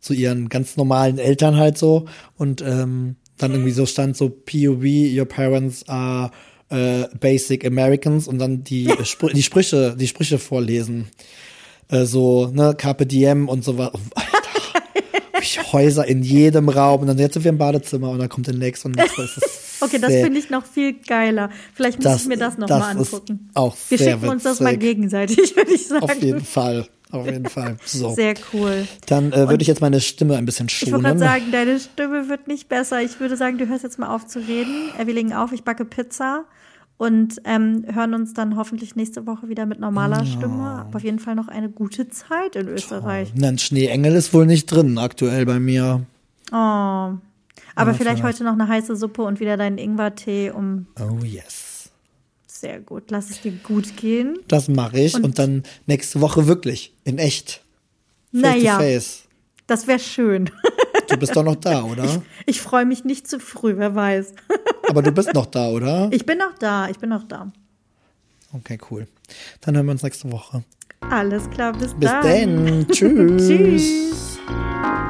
Speaker 1: zu ihren ganz normalen Eltern halt so. Und ähm, dann irgendwie so stand so P O V, your parents are äh, basic Americans und dann die, Spr- die Sprüche, die Sprüche vorlesen. Äh, so, ne, Carpe Diem und so was. Alter, Häuser in jedem Raum und dann jetzt sind wir im Badezimmer und dann kommt der nächste und das ist
Speaker 2: okay, das finde ich noch viel geiler. Vielleicht muss
Speaker 1: das,
Speaker 2: ich mir das noch
Speaker 1: das
Speaker 2: mal angucken.
Speaker 1: Ist auch
Speaker 2: wir
Speaker 1: sehr
Speaker 2: schicken uns
Speaker 1: witzig.
Speaker 2: das mal gegenseitig, würde ich sagen.
Speaker 1: Auf jeden Fall. Auf jeden Fall. So.
Speaker 2: Sehr cool.
Speaker 1: Dann äh, würde ich jetzt meine Stimme ein bisschen schonen.
Speaker 2: Ich wollte gerade sagen, deine Stimme wird nicht besser. Ich würde sagen, du hörst jetzt mal auf zu reden. Wir legen auf, ich backe Pizza und ähm, hören uns dann hoffentlich nächste Woche wieder mit normaler ja. Stimme. Aber auf jeden Fall noch eine gute Zeit in Österreich.
Speaker 1: Oh. Ein Schneeengel ist wohl nicht drin aktuell bei mir.
Speaker 2: Oh. Aber ja, vielleicht heute noch eine heiße Suppe und wieder deinen Ingwertee um.
Speaker 1: Oh yes.
Speaker 2: Sehr gut. Lass es dir gut gehen.
Speaker 1: Das mache ich. Und, und dann nächste Woche wirklich. In echt. Face
Speaker 2: naja,
Speaker 1: to face.
Speaker 2: Das wäre schön.
Speaker 1: Du bist doch noch da, oder?
Speaker 2: Ich, ich freue mich nicht zu früh, wer weiß.
Speaker 1: Aber du bist noch da, oder?
Speaker 2: Ich bin noch da. Ich bin noch da.
Speaker 1: Okay, cool. Dann hören wir uns nächste Woche.
Speaker 2: Alles klar. Bis,
Speaker 1: bis
Speaker 2: dann.
Speaker 1: Bis dann. Tschüss.
Speaker 2: Tschüss.